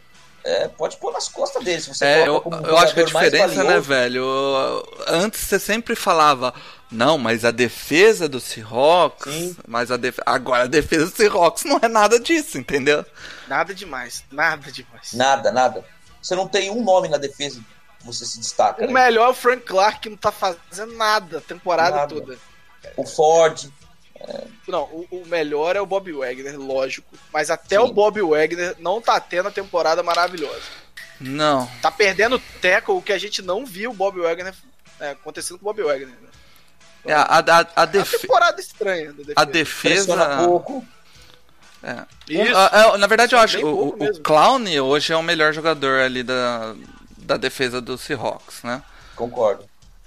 [SPEAKER 4] É, pode pôr nas costas dele. Se você
[SPEAKER 2] é, eu,
[SPEAKER 4] como um
[SPEAKER 2] eu acho que a diferença,
[SPEAKER 4] valioso,
[SPEAKER 2] né, velho? Antes você sempre falava, não, mas a defesa do Seahawks,
[SPEAKER 4] Sim.
[SPEAKER 2] mas a def... agora a defesa do Seahawks não é nada disso, entendeu?
[SPEAKER 3] Nada demais, nada demais.
[SPEAKER 4] Nada, nada. Você não tem um nome na defesa que você se destaca.
[SPEAKER 3] O
[SPEAKER 4] né?
[SPEAKER 3] melhor é o Frank Clark, que não tá fazendo nada a temporada
[SPEAKER 4] Nada.
[SPEAKER 3] toda.
[SPEAKER 4] O Ford.
[SPEAKER 3] Não, o, o melhor é o Bob Wagner, lógico. Mas até
[SPEAKER 4] Sim.
[SPEAKER 3] o Bob Wagner não tá tendo a temporada maravilhosa.
[SPEAKER 2] Não.
[SPEAKER 3] Tá perdendo tackle, o que a gente não viu o Bob Wagner é, acontecendo com o Bob Wagner. Né?
[SPEAKER 2] É, a, a, a,
[SPEAKER 3] É uma
[SPEAKER 2] defe...
[SPEAKER 3] temporada estranha da defesa.
[SPEAKER 2] a defesa.
[SPEAKER 4] Pressiona pouco.
[SPEAKER 2] É.
[SPEAKER 3] Isso.
[SPEAKER 2] Um, a- a- na verdade, eu
[SPEAKER 3] Bem
[SPEAKER 2] acho que o,
[SPEAKER 3] pouco
[SPEAKER 2] o
[SPEAKER 3] mesmo.
[SPEAKER 2] Clown hoje é o melhor jogador ali da, da defesa do Seahawks, né?
[SPEAKER 4] Concordo.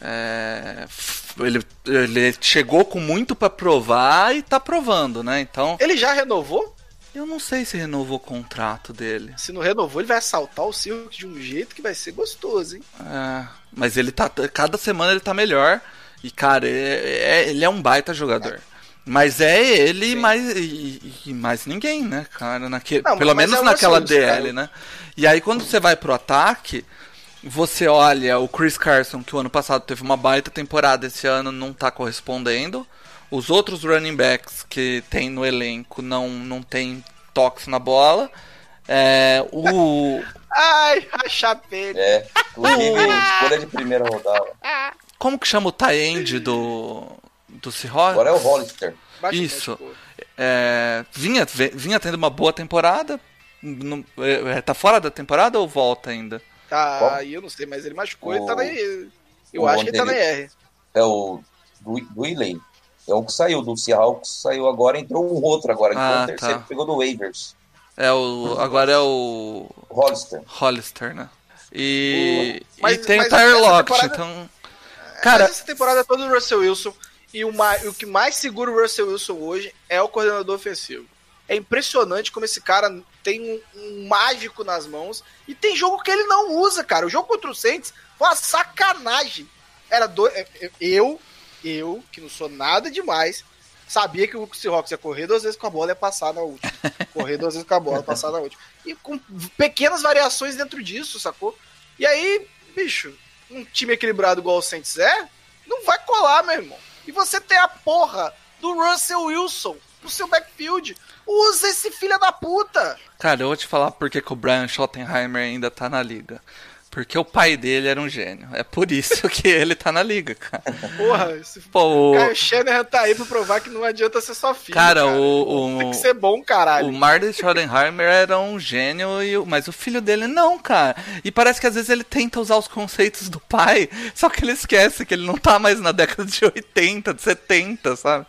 [SPEAKER 2] É, f- ele, ele chegou com muito pra provar e tá provando, né? Então,
[SPEAKER 3] Ele já renovou?
[SPEAKER 2] eu não sei se renovou o contrato dele.
[SPEAKER 3] Se não renovou, ele vai assaltar o Seahawks de um jeito que vai ser gostoso, hein?
[SPEAKER 2] É, mas ele tá. Cada semana ele tá melhor. E, cara, é- é- ele é um baita jogador. Mas é ele
[SPEAKER 3] Sim.
[SPEAKER 2] mais, e, e mais ninguém, né, cara? Naquele,
[SPEAKER 3] Não,
[SPEAKER 2] pelo
[SPEAKER 3] mas
[SPEAKER 2] menos
[SPEAKER 3] é o
[SPEAKER 2] naquela
[SPEAKER 3] Russell Wilson,
[SPEAKER 2] D L,
[SPEAKER 3] cara.
[SPEAKER 2] né? E aí quando você vai pro ataque, você olha o Chris Carson, que o ano passado teve uma baita temporada, esse ano não tá correspondendo. Os outros running backs que tem no elenco não, não tem toques na bola. É, o...
[SPEAKER 3] Ai, a chapelha.
[SPEAKER 4] É. Inclusive, escolha de primeira rodada.
[SPEAKER 2] Como que chama o tight end do, do Seahawks?
[SPEAKER 4] Agora é o Hollister.
[SPEAKER 3] Baixa o
[SPEAKER 2] Isso.
[SPEAKER 3] médico.
[SPEAKER 2] É, vinha, ve- vinha tendo uma boa temporada. Não- é, é, tá fora da temporada ou volta ainda?
[SPEAKER 3] Tá,
[SPEAKER 4] Qual?
[SPEAKER 3] aí eu não sei, mas ele machucou,
[SPEAKER 4] O-
[SPEAKER 3] ele tá na I. Eu
[SPEAKER 4] o
[SPEAKER 3] acho que ele tá na
[SPEAKER 4] dele-
[SPEAKER 3] I R.
[SPEAKER 4] É o Dwayne. É o que saiu do Seahawks, saiu agora, entrou um outro agora. Entrou
[SPEAKER 2] Ah,
[SPEAKER 4] um terceiro
[SPEAKER 2] tá.
[SPEAKER 4] que pegou do waivers.
[SPEAKER 2] É o, agora é o
[SPEAKER 4] Hollister.
[SPEAKER 2] Hollister, né? E,
[SPEAKER 3] O- mas-
[SPEAKER 2] e tem
[SPEAKER 3] mas
[SPEAKER 2] o Tyler
[SPEAKER 3] essa
[SPEAKER 2] Lockett,
[SPEAKER 3] temporada-
[SPEAKER 2] então...
[SPEAKER 3] Cara,
[SPEAKER 2] Cara,
[SPEAKER 3] essa temporada é toda do Russell Wilson. E o, ma- o que mais segura o Russell Wilson hoje é o coordenador ofensivo. É impressionante como esse cara tem um, um mágico nas mãos. E tem jogo que ele não usa, cara. O jogo contra o Saints foi uma sacanagem. Era do, eu, eu, que não sou nada demais, sabia que o Seahawks ia correr duas vezes com a bola e ia passar na última. Correr duas vezes com a bola e passar na última. E com pequenas variações dentro disso, sacou? E aí, bicho, um time equilibrado igual o Saints é, não vai colar, meu irmão. E você tem a porra do Russell Wilson no seu backfield. Usa esse filho da puta.
[SPEAKER 2] cara, eu vou te falar por que que o Brian Schottenheimer ainda tá na liga. Porque o pai dele era um gênio. É por isso que ele tá na liga, cara.
[SPEAKER 3] Porra, esse
[SPEAKER 2] Pô, o,
[SPEAKER 3] Kyle Shanahan tá aí pra provar que não adianta ser só filho.
[SPEAKER 2] Cara, o- o-
[SPEAKER 3] Tem que ser bom, caralho.
[SPEAKER 2] o Marty Schottenheimer era um gênio, e o- mas o filho dele não, cara. E parece que às vezes ele tenta usar os conceitos do pai, só que ele esquece que ele não tá mais na década de oitenta, de setenta, sabe?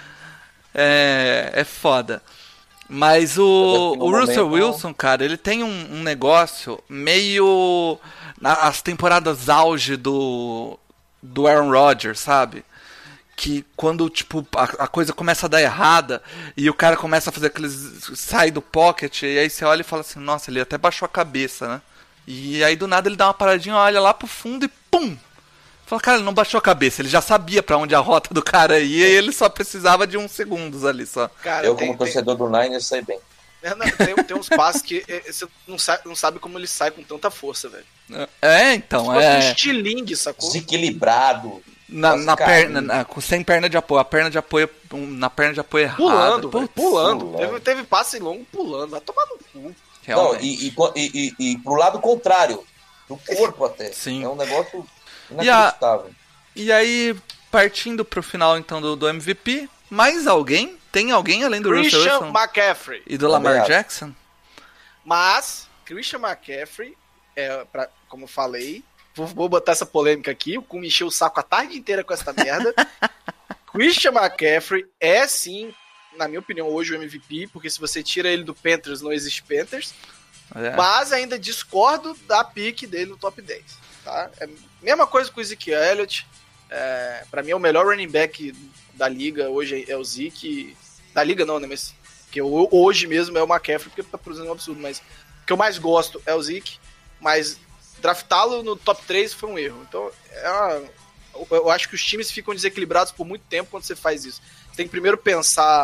[SPEAKER 2] É, é foda. Mas o,
[SPEAKER 4] Mas, assim, no
[SPEAKER 2] o Russell
[SPEAKER 4] momento-
[SPEAKER 2] Wilson, cara, ele tem um, um negócio meio... na- as temporadas auge do, do Aaron Rodgers, sabe? Que quando, tipo, a, a coisa começa a dar errada e o cara começa a fazer aqueles... sai do pocket, e aí você olha e fala assim, nossa, ele até baixou a cabeça, né? E aí do nada ele dá uma paradinha, olha lá pro fundo e pum! Fala, cara, ele não baixou a cabeça, ele já sabia pra onde a rota do cara ia e ele só precisava de uns segundos ali só.
[SPEAKER 3] Cara,
[SPEAKER 4] Eu,
[SPEAKER 3] tem-
[SPEAKER 4] como
[SPEAKER 3] tem-
[SPEAKER 4] torcedor do Niners, sei bem.
[SPEAKER 3] É, não, tem, tem uns passes que é, você não sabe, não sabe como ele sai com tanta força, velho.
[SPEAKER 2] É, então,
[SPEAKER 3] Se fosse um
[SPEAKER 2] é...
[SPEAKER 3] estilingue, sacou?
[SPEAKER 4] Desequilibrado.
[SPEAKER 2] Na,
[SPEAKER 4] quase
[SPEAKER 2] na
[SPEAKER 4] caindo.
[SPEAKER 2] perna, na- com- sem perna de apoio, a perna de apoio, um, na perna de apoio errada.
[SPEAKER 3] Pulando, velho,
[SPEAKER 2] Putz,
[SPEAKER 3] pulando.
[SPEAKER 4] pulando.
[SPEAKER 3] Teve, teve passe longo pulando. Vai tomar no cu.
[SPEAKER 4] Não,
[SPEAKER 2] realmente.
[SPEAKER 4] e, e, e, e, e pro lado contrário, do corpo até.
[SPEAKER 2] Sim.
[SPEAKER 4] É um negócio
[SPEAKER 2] E a-
[SPEAKER 4] inacreditável.
[SPEAKER 2] E aí, partindo pro final então do, do M V P, mais alguém? Tem alguém além do Russell
[SPEAKER 3] Christian
[SPEAKER 2] Wilson
[SPEAKER 3] McCaffrey.
[SPEAKER 2] e do Lamar
[SPEAKER 4] Também acho.
[SPEAKER 2] Jackson?
[SPEAKER 3] Mas, Christian McCaffrey, é, pra, como eu falei, vou, vou botar essa polêmica aqui, o Ku me encheu o saco a tarde inteira com essa merda. Christian McCaffrey é sim, na minha opinião, hoje o M V P, porque se você tira ele do Panthers, não existe Panthers.
[SPEAKER 2] É.
[SPEAKER 3] Mas ainda discordo da pique dele no top dez. Tá? É a mesma coisa com o Ezekiel Elliott. É, pra mim é o melhor running back da liga hoje é o Zeke. Da liga não, né? Mas que eu, hoje mesmo é o McCaffrey, porque tá produzindo um absurdo. Mas o que eu mais gosto é o Zeke. Mas draftá-lo no top três foi um erro. Então é uma, eu acho que os times ficam desequilibrados por muito tempo quando você faz isso. Você tem que primeiro pensar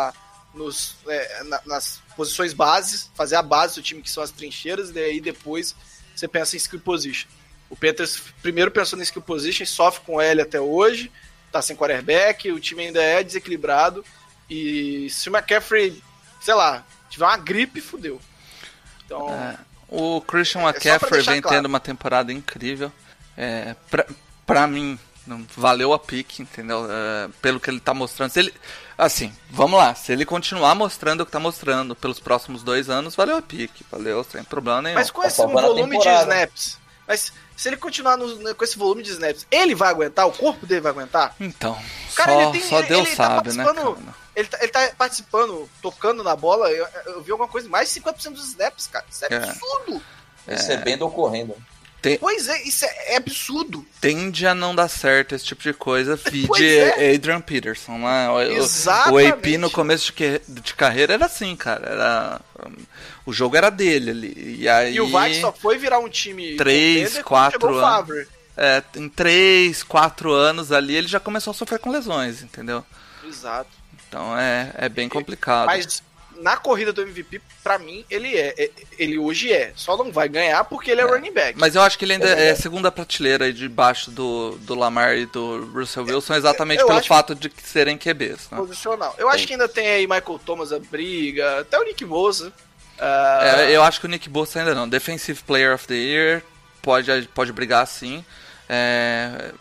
[SPEAKER 3] nos, é, na, nas posições bases, fazer a base do time, que são as trincheiras, e daí depois você pensa em skill position. O Panthers primeiro pensou em skill position, sofre com L até hoje, tá sem quarterback, o time ainda é desequilibrado, e se o McCaffrey, sei lá, tiver uma gripe, fudeu. Então,
[SPEAKER 2] é, o Christian
[SPEAKER 3] é,
[SPEAKER 2] McCaffrey vem
[SPEAKER 3] claro.
[SPEAKER 2] tendo uma temporada incrível. É, pra, pra mim, não valeu a pique, entendeu? É, pelo que ele tá mostrando. Se ele, assim, vamos lá. Se ele continuar mostrando o que tá mostrando pelos próximos dois anos, valeu a pique. Valeu, sem problema nenhum.
[SPEAKER 3] Mas com esse volume de snaps, mas se ele continuar no, com esse volume de snaps, ele vai aguentar? O corpo dele vai aguentar?
[SPEAKER 2] Então,
[SPEAKER 3] cara,
[SPEAKER 2] só,
[SPEAKER 3] ele tem,
[SPEAKER 2] só
[SPEAKER 3] ele,
[SPEAKER 2] Deus
[SPEAKER 3] ele
[SPEAKER 2] sabe,
[SPEAKER 3] tá
[SPEAKER 2] né, cara?
[SPEAKER 3] Ele tá, ele tá participando, tocando na bola, eu, eu vi alguma coisa, mais de cinquenta por cento dos snaps, cara. Isso é, é. absurdo.
[SPEAKER 4] Recebendo ou correndo.
[SPEAKER 2] Tem,
[SPEAKER 3] pois é, isso é, é absurdo.
[SPEAKER 2] Tende a não dar certo esse tipo de coisa. Vide
[SPEAKER 3] é.
[SPEAKER 2] Adrian Peterson, né? O,
[SPEAKER 3] Exatamente.
[SPEAKER 2] o A P no começo de, que, de carreira era assim, cara. Era, o jogo era dele ali. E, aí,
[SPEAKER 3] e o Vikings só foi virar um time
[SPEAKER 2] três, quatro anos. É, em três, quatro anos ali ele já começou a sofrer com lesões, entendeu?
[SPEAKER 3] Exato.
[SPEAKER 2] Então é, é bem complicado.
[SPEAKER 3] Mas na corrida do M V P, pra mim, ele é. Ele hoje é. Só não vai ganhar porque ele é, é running back.
[SPEAKER 2] Mas eu acho que ele ainda é, é segunda prateleira aí debaixo do, do Lamar e do Russell Wilson, exatamente eu pelo fato de serem Q Bs. Né?
[SPEAKER 3] Posicional. Eu acho que ainda tem aí Michael Thomas a briga, até o Nick Bosa.
[SPEAKER 2] Uh... É, eu acho que o Nick Bosa ainda não. Defensive Player of the Year pode, pode brigar sim. É,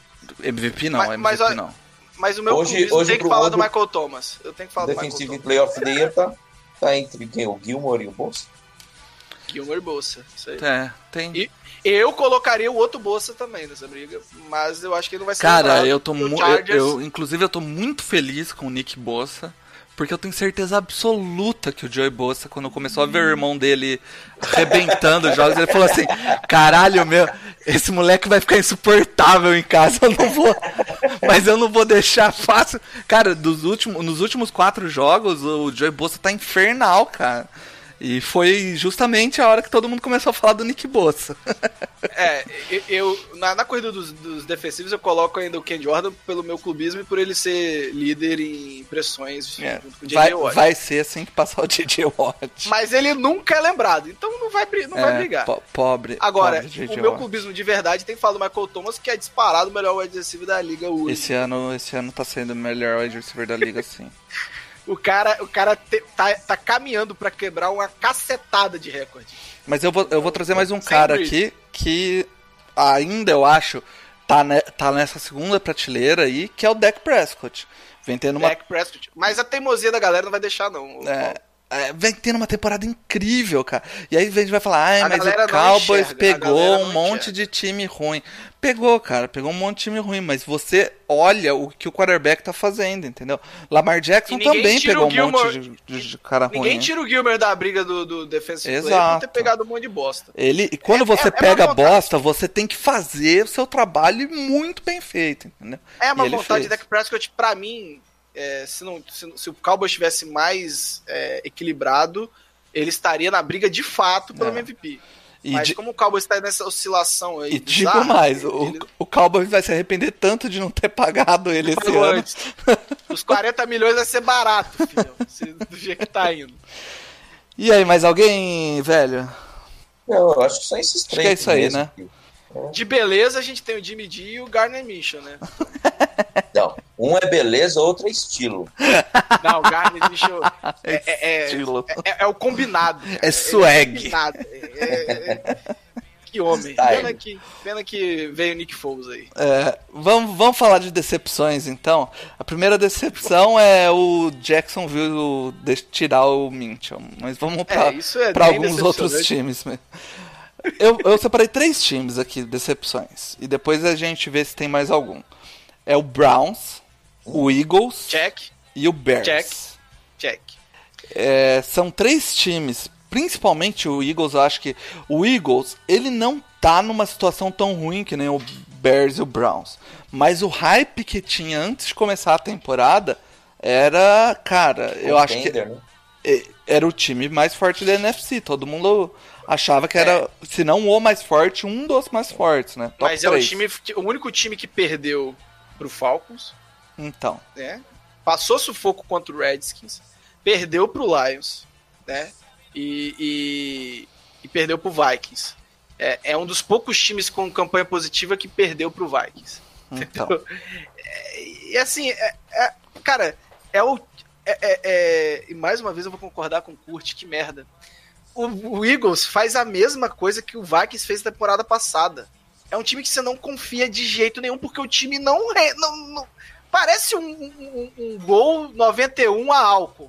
[SPEAKER 2] M V P não, mas, M V P
[SPEAKER 3] mas,
[SPEAKER 2] não.
[SPEAKER 3] Mas o meu
[SPEAKER 4] hoje, hoje
[SPEAKER 3] tem que falar do Michael Thomas. Eu tenho que falar
[SPEAKER 4] Defensive
[SPEAKER 3] do Michael
[SPEAKER 4] Player of the Year tá, tá entre quem? O Gilmore e o Bosa?
[SPEAKER 3] Gilmore e Bosa, isso aí.
[SPEAKER 2] É, tem.
[SPEAKER 3] E eu colocaria o outro Bosa também nessa briga, mas eu acho que ele não vai ser.
[SPEAKER 2] Cara, eu tô muito. Eu, eu, inclusive, eu tô muito feliz com o Nick Bosa. Porque eu tenho certeza absoluta que o Joey Bosa, quando começou a ver o irmão dele arrebentando os jogos, ele falou assim, caralho, meu, esse moleque vai ficar insuportável em casa, eu não vou, mas eu não vou deixar fácil. Cara, dos últimos, nos últimos quatro jogos, o Joey Bosa tá infernal, cara. E foi justamente a hora que todo mundo começou a falar do Nick Bosa.
[SPEAKER 3] É, eu na, na corrida dos, dos defensivos eu coloco ainda o Ken Jordan pelo meu clubismo e por ele ser líder em pressões
[SPEAKER 2] é,
[SPEAKER 3] junto com o J J
[SPEAKER 2] vai,
[SPEAKER 3] Watt.
[SPEAKER 2] Vai ser assim que passar o J J Watt.
[SPEAKER 3] Mas ele nunca é lembrado, então não vai, não é, vai brigar.
[SPEAKER 2] Po pobre.
[SPEAKER 3] Agora,
[SPEAKER 2] pobre
[SPEAKER 3] o meu clubismo de verdade tem que falar do Michael Thomas, que é disparado o melhor wide receiver da liga hoje.
[SPEAKER 2] Esse ano, esse ano tá sendo o melhor wide receiver da liga, sim.
[SPEAKER 3] O cara, o cara te, tá, tá caminhando pra quebrar uma cacetada de recorde.
[SPEAKER 2] Mas eu vou, eu vou trazer mais um cara aqui que ainda, eu acho, tá, ne, tá nessa segunda prateleira aí, que é o Dak Prescott. Vem tendo uma...
[SPEAKER 3] Dak Prescott. Mas a teimosia da galera não vai deixar, não.
[SPEAKER 2] É, é, vem tendo uma temporada incrível, cara. E aí a gente vai falar, ai, mas o Cowboys pegou um monte
[SPEAKER 3] enxerga.
[SPEAKER 2] de time ruim. Pegou, cara, pegou um monte de time ruim, mas você olha o que o quarterback tá fazendo, entendeu? Lamar Jackson também pegou um monte de, de, de cara
[SPEAKER 3] ninguém
[SPEAKER 2] ruim.
[SPEAKER 3] Ninguém tira o Gilmer da briga do, do defensive
[SPEAKER 2] Exato.
[SPEAKER 3] Player por ter pegado um monte de bosta.
[SPEAKER 2] Ele, e quando é, você é, pega é bosta, você tem que fazer o seu trabalho muito bem feito, entendeu?
[SPEAKER 3] É uma vontade de Dak Prescott, pra mim, é, se, não, se, se o Cowboys estivesse mais é, equilibrado, ele estaria na briga de fato pelo é. M V P. E mas de... como o Cowboys está nessa oscilação aí...
[SPEAKER 2] E digo mais, o, ele... o Cowboys vai se arrepender tanto de não ter pagado ele esse ano. Antes.
[SPEAKER 3] Os quarenta milhões vai ser barato, filho, do jeito que tá indo.
[SPEAKER 2] E aí, mais alguém, velho?
[SPEAKER 4] Eu acho que só esses três.
[SPEAKER 2] Acho que é isso aí, mesmo, né?
[SPEAKER 4] Filho.
[SPEAKER 3] De beleza, a gente tem o Jimmy G e o Gardner Minshew, né?
[SPEAKER 4] Não, um é beleza, outro é estilo.
[SPEAKER 3] Não, o Gardner Minshew é, é,
[SPEAKER 2] estilo.
[SPEAKER 3] É, é, é o combinado. Cara.
[SPEAKER 2] É swag.
[SPEAKER 3] É, é, que homem. Pena que, pena que veio o Nick Foles aí.
[SPEAKER 2] É, vamos, vamos falar de decepções, então. A primeira decepção é o Jacksonville tirar o Minshew. Mas vamos para é, é alguns outros times mesmo. Eu, eu separei três times aqui, decepções. E depois a gente vê se tem mais algum. É o Browns, o Eagles
[SPEAKER 3] Check.
[SPEAKER 2] E o Bears.
[SPEAKER 3] Check. Check.
[SPEAKER 2] É, são três times, principalmente o Eagles. Eu acho que o Eagles, ele não tá numa situação tão ruim que nem o Bears e o Browns. Mas o hype que tinha antes de começar a temporada era, cara, eu acho que né? era o time mais forte da N F C. Todo mundo... achava que era, é. se não o mais forte, um dos mais fortes, né? Top
[SPEAKER 3] Mas é o, time, o único time que perdeu pro Falcons.
[SPEAKER 2] Então.
[SPEAKER 3] Né? Passou sufoco contra o Redskins. perdeu pro Lions, né? E, e, e perdeu pro Vikings. É, é um dos poucos times com campanha positiva que perdeu pro Vikings.
[SPEAKER 2] Então.
[SPEAKER 3] É, e assim, é, é, cara, é o. É, é, é, e mais uma vez eu vou concordar com o Kurt, que merda. O, o Eagles faz a mesma coisa que o Vikings fez na temporada passada. É um time que você não confia de jeito nenhum, porque o time não. não, não parece um, um, um gol noventa e um a álcool.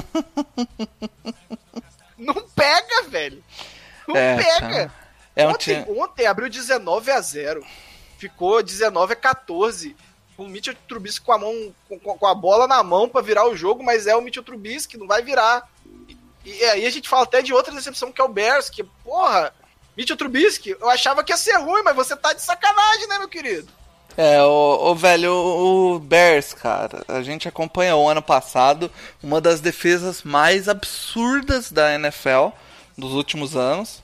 [SPEAKER 3] Não pega, velho. Não é, pega. É ontem, um time... ontem abriu dezenove a zero. Ficou dezenove a quatorze. Com o Mitchell Trubisky com a mão, com, com a bola na mão pra virar o jogo, mas é o Mitchell Trubisky, não vai virar. E, e aí a gente fala até de outra decepção, que é o Bears, que, porra, Mitchell Trubisky, eu achava que ia ser ruim, mas você tá de sacanagem, né, meu querido?
[SPEAKER 2] É, o, o velho, o, o Bears, cara, a gente acompanhou ano passado uma das defesas mais absurdas da N F L dos últimos anos.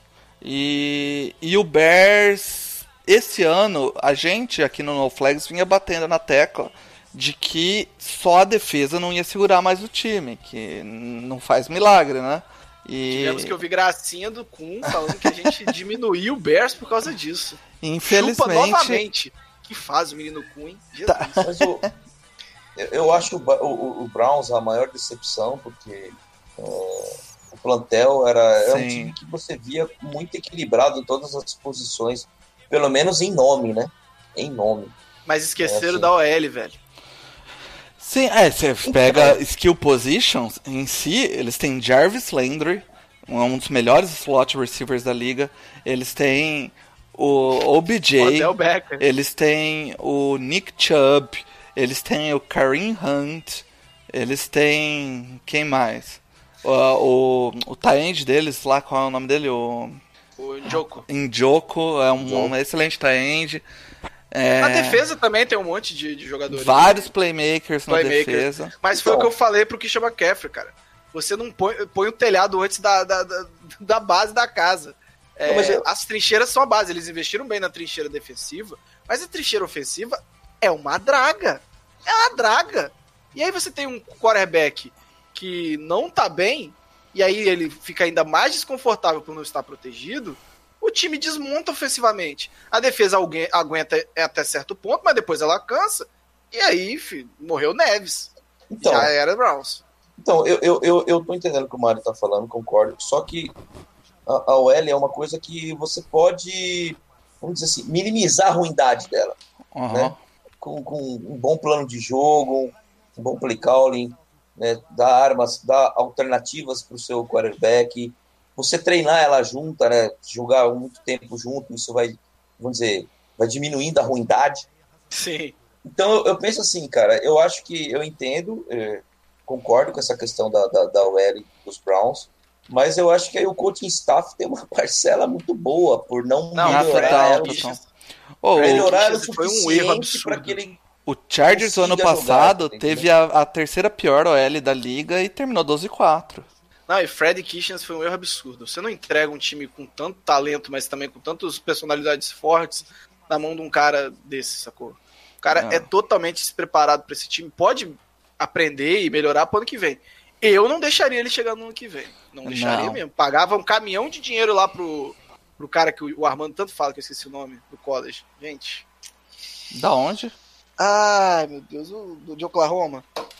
[SPEAKER 2] E, e o Bears, esse ano, a gente aqui no No Flags vinha batendo na tecla de que só a defesa não ia segurar mais o time, que não faz milagre, né? E...
[SPEAKER 3] Tivemos que ouvir gracinha do Kuhn falando que a gente diminuiu o Bears por causa disso.
[SPEAKER 2] Infelizmente...
[SPEAKER 3] Chupa novamente. Que faz o menino Kuhn, hein?
[SPEAKER 2] Tá.
[SPEAKER 4] Mas o, eu, eu acho o, o, o Browns a maior decepção, porque é, o plantel era, era um time que você via muito equilibrado em todas as posições, pelo menos em nome, né? Em nome.
[SPEAKER 3] Mas esqueceram é assim.
[SPEAKER 2] É
[SPEAKER 3] Da O L, velho.
[SPEAKER 2] Sim, é, você pega skill positions em si, eles têm Jarvis Landry, um dos melhores slot receivers da liga, eles têm o O B J, eles têm o Nick Chubb, eles têm o Kareem Hunt, eles têm... quem mais? O, o, o tight end deles lá, qual é o nome dele? O,
[SPEAKER 3] o Njoku.
[SPEAKER 2] Njoku, é um, um excelente tight end. É...
[SPEAKER 3] Na defesa também tem um monte de, de jogadores.
[SPEAKER 2] Vários playmakers, playmakers na defesa.
[SPEAKER 3] Mas foi então... o que eu falei pro Christian McCaffrey, cara. Você não põe, põe o telhado antes da, da, da, da base da casa. É, não, eu... As trincheiras são a base. Eles investiram bem na trincheira defensiva, mas a trincheira ofensiva é uma draga. É uma draga. E aí você tem um quarterback que não tá bem, e aí ele fica ainda mais desconfortável por não estar protegido. O time desmonta ofensivamente. A defesa alguém aguenta até certo ponto, mas depois ela cansa. E aí, filho, morreu Neves. Então, já era Browns.
[SPEAKER 4] Então, eu, eu, eu, eu tô entendendo o que o Mário tá falando, concordo. Só que a, a O L é uma coisa que você pode, vamos dizer assim, minimizar a ruindade dela. Uhum. Né? Com, com um bom plano de jogo, um bom play calling, né? Dar armas, dar alternativas pro seu quarterback. Você treinar ela junta, né? Jogar muito tempo junto, isso vai, vamos dizer, vai diminuindo a ruindade.
[SPEAKER 3] Sim.
[SPEAKER 4] Então eu, eu penso assim, cara, eu acho que eu entendo, é, concordo com essa questão da, da, da O L dos Browns, mas eu acho que aí o coaching staff tem uma parcela muito boa por não,
[SPEAKER 3] não
[SPEAKER 4] melhorar ela.
[SPEAKER 2] Oh,
[SPEAKER 4] melhorar o
[SPEAKER 3] foi um erro absurdo.
[SPEAKER 4] Para que ele
[SPEAKER 2] o Chargers ano passado jogar, teve a, a terceira pior O L da liga e terminou doze a quatro.
[SPEAKER 3] Não, e Freddy Kitchens foi um erro absurdo. Você não entrega um time com tanto talento, mas também com tantas personalidades fortes na mão de um cara desse, sacou? O cara não. é totalmente despreparado para esse time. Pode aprender e melhorar pro ano que vem. Eu não deixaria ele chegar no ano que vem. Não deixaria não. mesmo. Pagava um caminhão de dinheiro lá pro, pro cara que o Armando tanto fala, que eu esqueci o nome, do college. Gente.
[SPEAKER 2] Da onde?
[SPEAKER 3] Ai, meu Deus. O, do, de Oklahoma.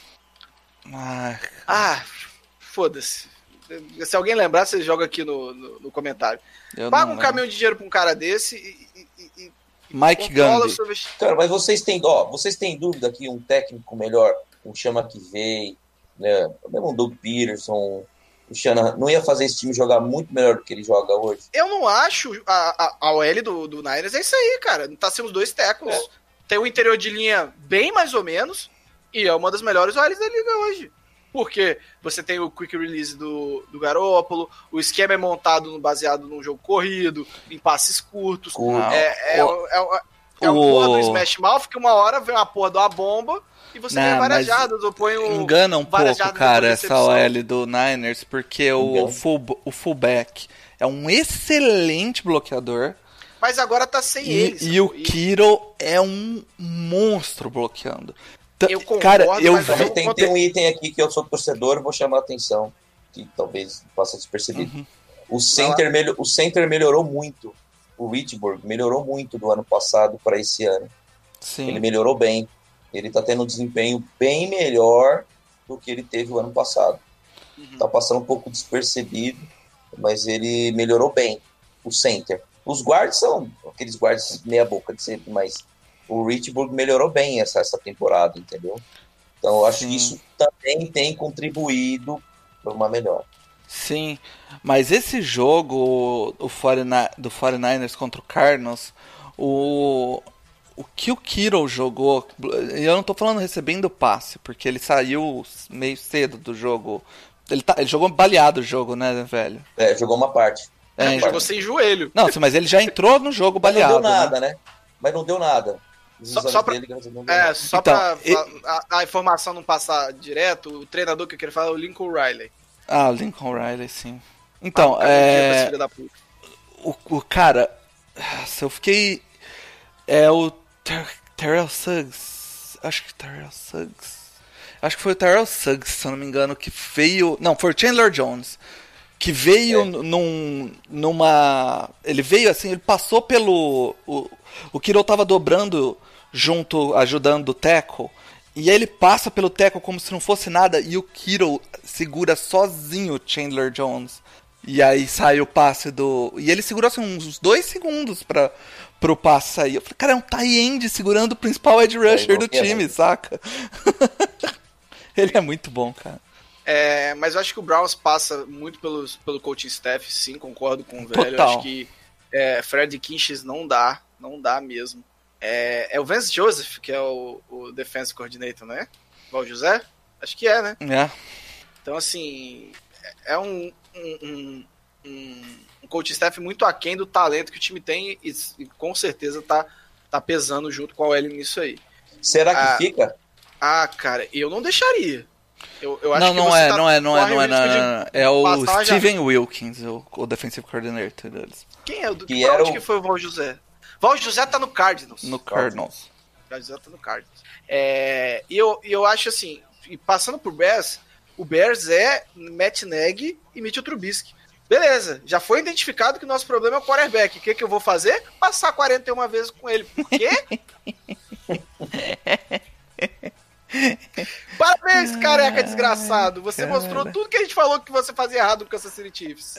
[SPEAKER 2] Ai.
[SPEAKER 3] Ah, foda-se. Se alguém lembrar, você joga aqui no, no, no comentário.
[SPEAKER 2] Eu
[SPEAKER 3] Paga um caminhão de dinheiro pra um cara desse e... e, e
[SPEAKER 2] Mike Gundy.
[SPEAKER 4] Cara, mas vocês têm, ó, vocês têm dúvida que um técnico melhor, um Chama que veio, né? Mesmo um Doug Peterson, o Shanahan, não ia fazer esse time jogar muito melhor do que ele joga hoje? Eu
[SPEAKER 3] não acho a, a, a O L do, do Niners é isso aí, cara. Não tá sendo os dois tackles. É. Tem um interior de linha bem mais ou menos e é uma das melhores O Ls da liga hoje. Porque você tem o quick release do, do Garoppolo, o esquema é montado no, baseado num jogo corrido, em passes curtos. É, é, o, é, é, é o porra do Smash Mouth, que uma hora vem uma porra de uma bomba e você
[SPEAKER 2] não,
[SPEAKER 3] tem várias jardas, ou põe um...
[SPEAKER 2] Engana um pouco, cara, essa O L do Niners, porque o, full, o fullback é um excelente bloqueador.
[SPEAKER 3] Mas agora tá sem
[SPEAKER 2] e,
[SPEAKER 3] eles.
[SPEAKER 2] E o Kittle é um monstro bloqueando.
[SPEAKER 3] Eu concordo,
[SPEAKER 2] cara, eu
[SPEAKER 3] mas
[SPEAKER 4] Também
[SPEAKER 3] eu
[SPEAKER 4] tem, tem um item aqui que eu sou torcedor, vou chamar a atenção, que talvez passe despercebido.
[SPEAKER 2] Uhum.
[SPEAKER 4] O, center melho, o center melhorou muito. O Richburg melhorou muito do ano passado para esse ano.
[SPEAKER 2] Sim.
[SPEAKER 4] Ele melhorou bem. Ele está tendo um desempenho bem melhor do que ele teve o ano passado. Está uhum. passando um pouco despercebido, mas ele melhorou bem. O center. Os guards são aqueles guards meia boca de sempre, mas o Richburg melhorou bem essa, essa temporada, entendeu? Então eu acho Sim. que isso também tem contribuído para uma melhora.
[SPEAKER 2] Sim, mas esse jogo o quarenta, do forty-niners contra o Cardinals, o, o que o Kittle jogou, eu não tô falando recebendo passe, porque ele saiu meio cedo do jogo. Ele, tá, ele jogou baleado o jogo, né, velho?
[SPEAKER 4] É, jogou uma parte.
[SPEAKER 2] É,
[SPEAKER 3] ele jogou sem joelho.
[SPEAKER 2] Não, mas ele já entrou no jogo baleado.
[SPEAKER 4] Mas não deu nada,
[SPEAKER 2] né?
[SPEAKER 4] né? Mas não deu nada.
[SPEAKER 3] Só, só pra, é, só então, pra e... a, a informação não passar direto, o treinador que eu queria falar é o Lincoln Riley.
[SPEAKER 2] Ah, o Lincoln Riley, sim. Então,
[SPEAKER 3] ah,
[SPEAKER 2] é... O, o cara... Eu fiquei... É o Ter- Terrell Suggs. Acho que Terrell Suggs. Acho que foi o Terrell Suggs, se eu não me engano, que veio... Não, foi o Chandler Jones. Que veio é. num, numa... Ele veio assim, ele passou pelo... O, o Kittle tava dobrando junto, ajudando o tackle. E aí ele passa pelo tackle como se não fosse nada. E o Kittle segura sozinho o Chandler Jones. E aí sai o passe do... E ele segurou assim, uns dois segundos pra, pro passe sair. Eu falei, cara, é um tie end segurando o principal edge rusher é, do time, é. saca? Ele é muito bom, cara.
[SPEAKER 3] É, mas eu acho que o Browns passa muito pelos, pelo coaching staff, sim, concordo com o velho.
[SPEAKER 2] Total.
[SPEAKER 3] Eu acho que é, Fred Kinches não dá, não dá mesmo. É, é o Vance Joseph, que é o, o defense coordinator, né? Val José? Acho que é, né?
[SPEAKER 2] É.
[SPEAKER 3] Então, assim, é um, um, um, um coaching staff muito aquém do talento que o time tem e, e com certeza tá, tá pesando junto com a O L nisso aí.
[SPEAKER 4] Será que
[SPEAKER 3] ah,
[SPEAKER 4] fica?
[SPEAKER 3] Ah, cara, eu não deixaria. Eu, eu acho
[SPEAKER 2] não,
[SPEAKER 3] que
[SPEAKER 2] não,
[SPEAKER 3] você
[SPEAKER 2] é,
[SPEAKER 3] tá,
[SPEAKER 2] não é, não é, não é, não é,
[SPEAKER 3] não
[SPEAKER 2] é, é o Steven
[SPEAKER 3] já.
[SPEAKER 2] Wilkins, o, o defensive coordinator deles.
[SPEAKER 3] Quem é o do
[SPEAKER 4] que
[SPEAKER 3] que,
[SPEAKER 4] era
[SPEAKER 3] onde
[SPEAKER 4] o...
[SPEAKER 3] que foi o Val José? Val José tá no Cardinals.
[SPEAKER 2] No Cardinals.
[SPEAKER 3] O Val José tá no Cardinals. É, e eu, eu acho assim, passando por Bears, o Bears é Matt Nagy e Mitchell Trubisky. Beleza, já foi identificado que o nosso problema é o quarterback. O que, que eu vou fazer? Passar quarenta e uma vezes com ele. Por quê? Parabéns, careca desgraçado. Você cara. mostrou tudo que a gente falou que você fazia errado no Kansas City Chiefs.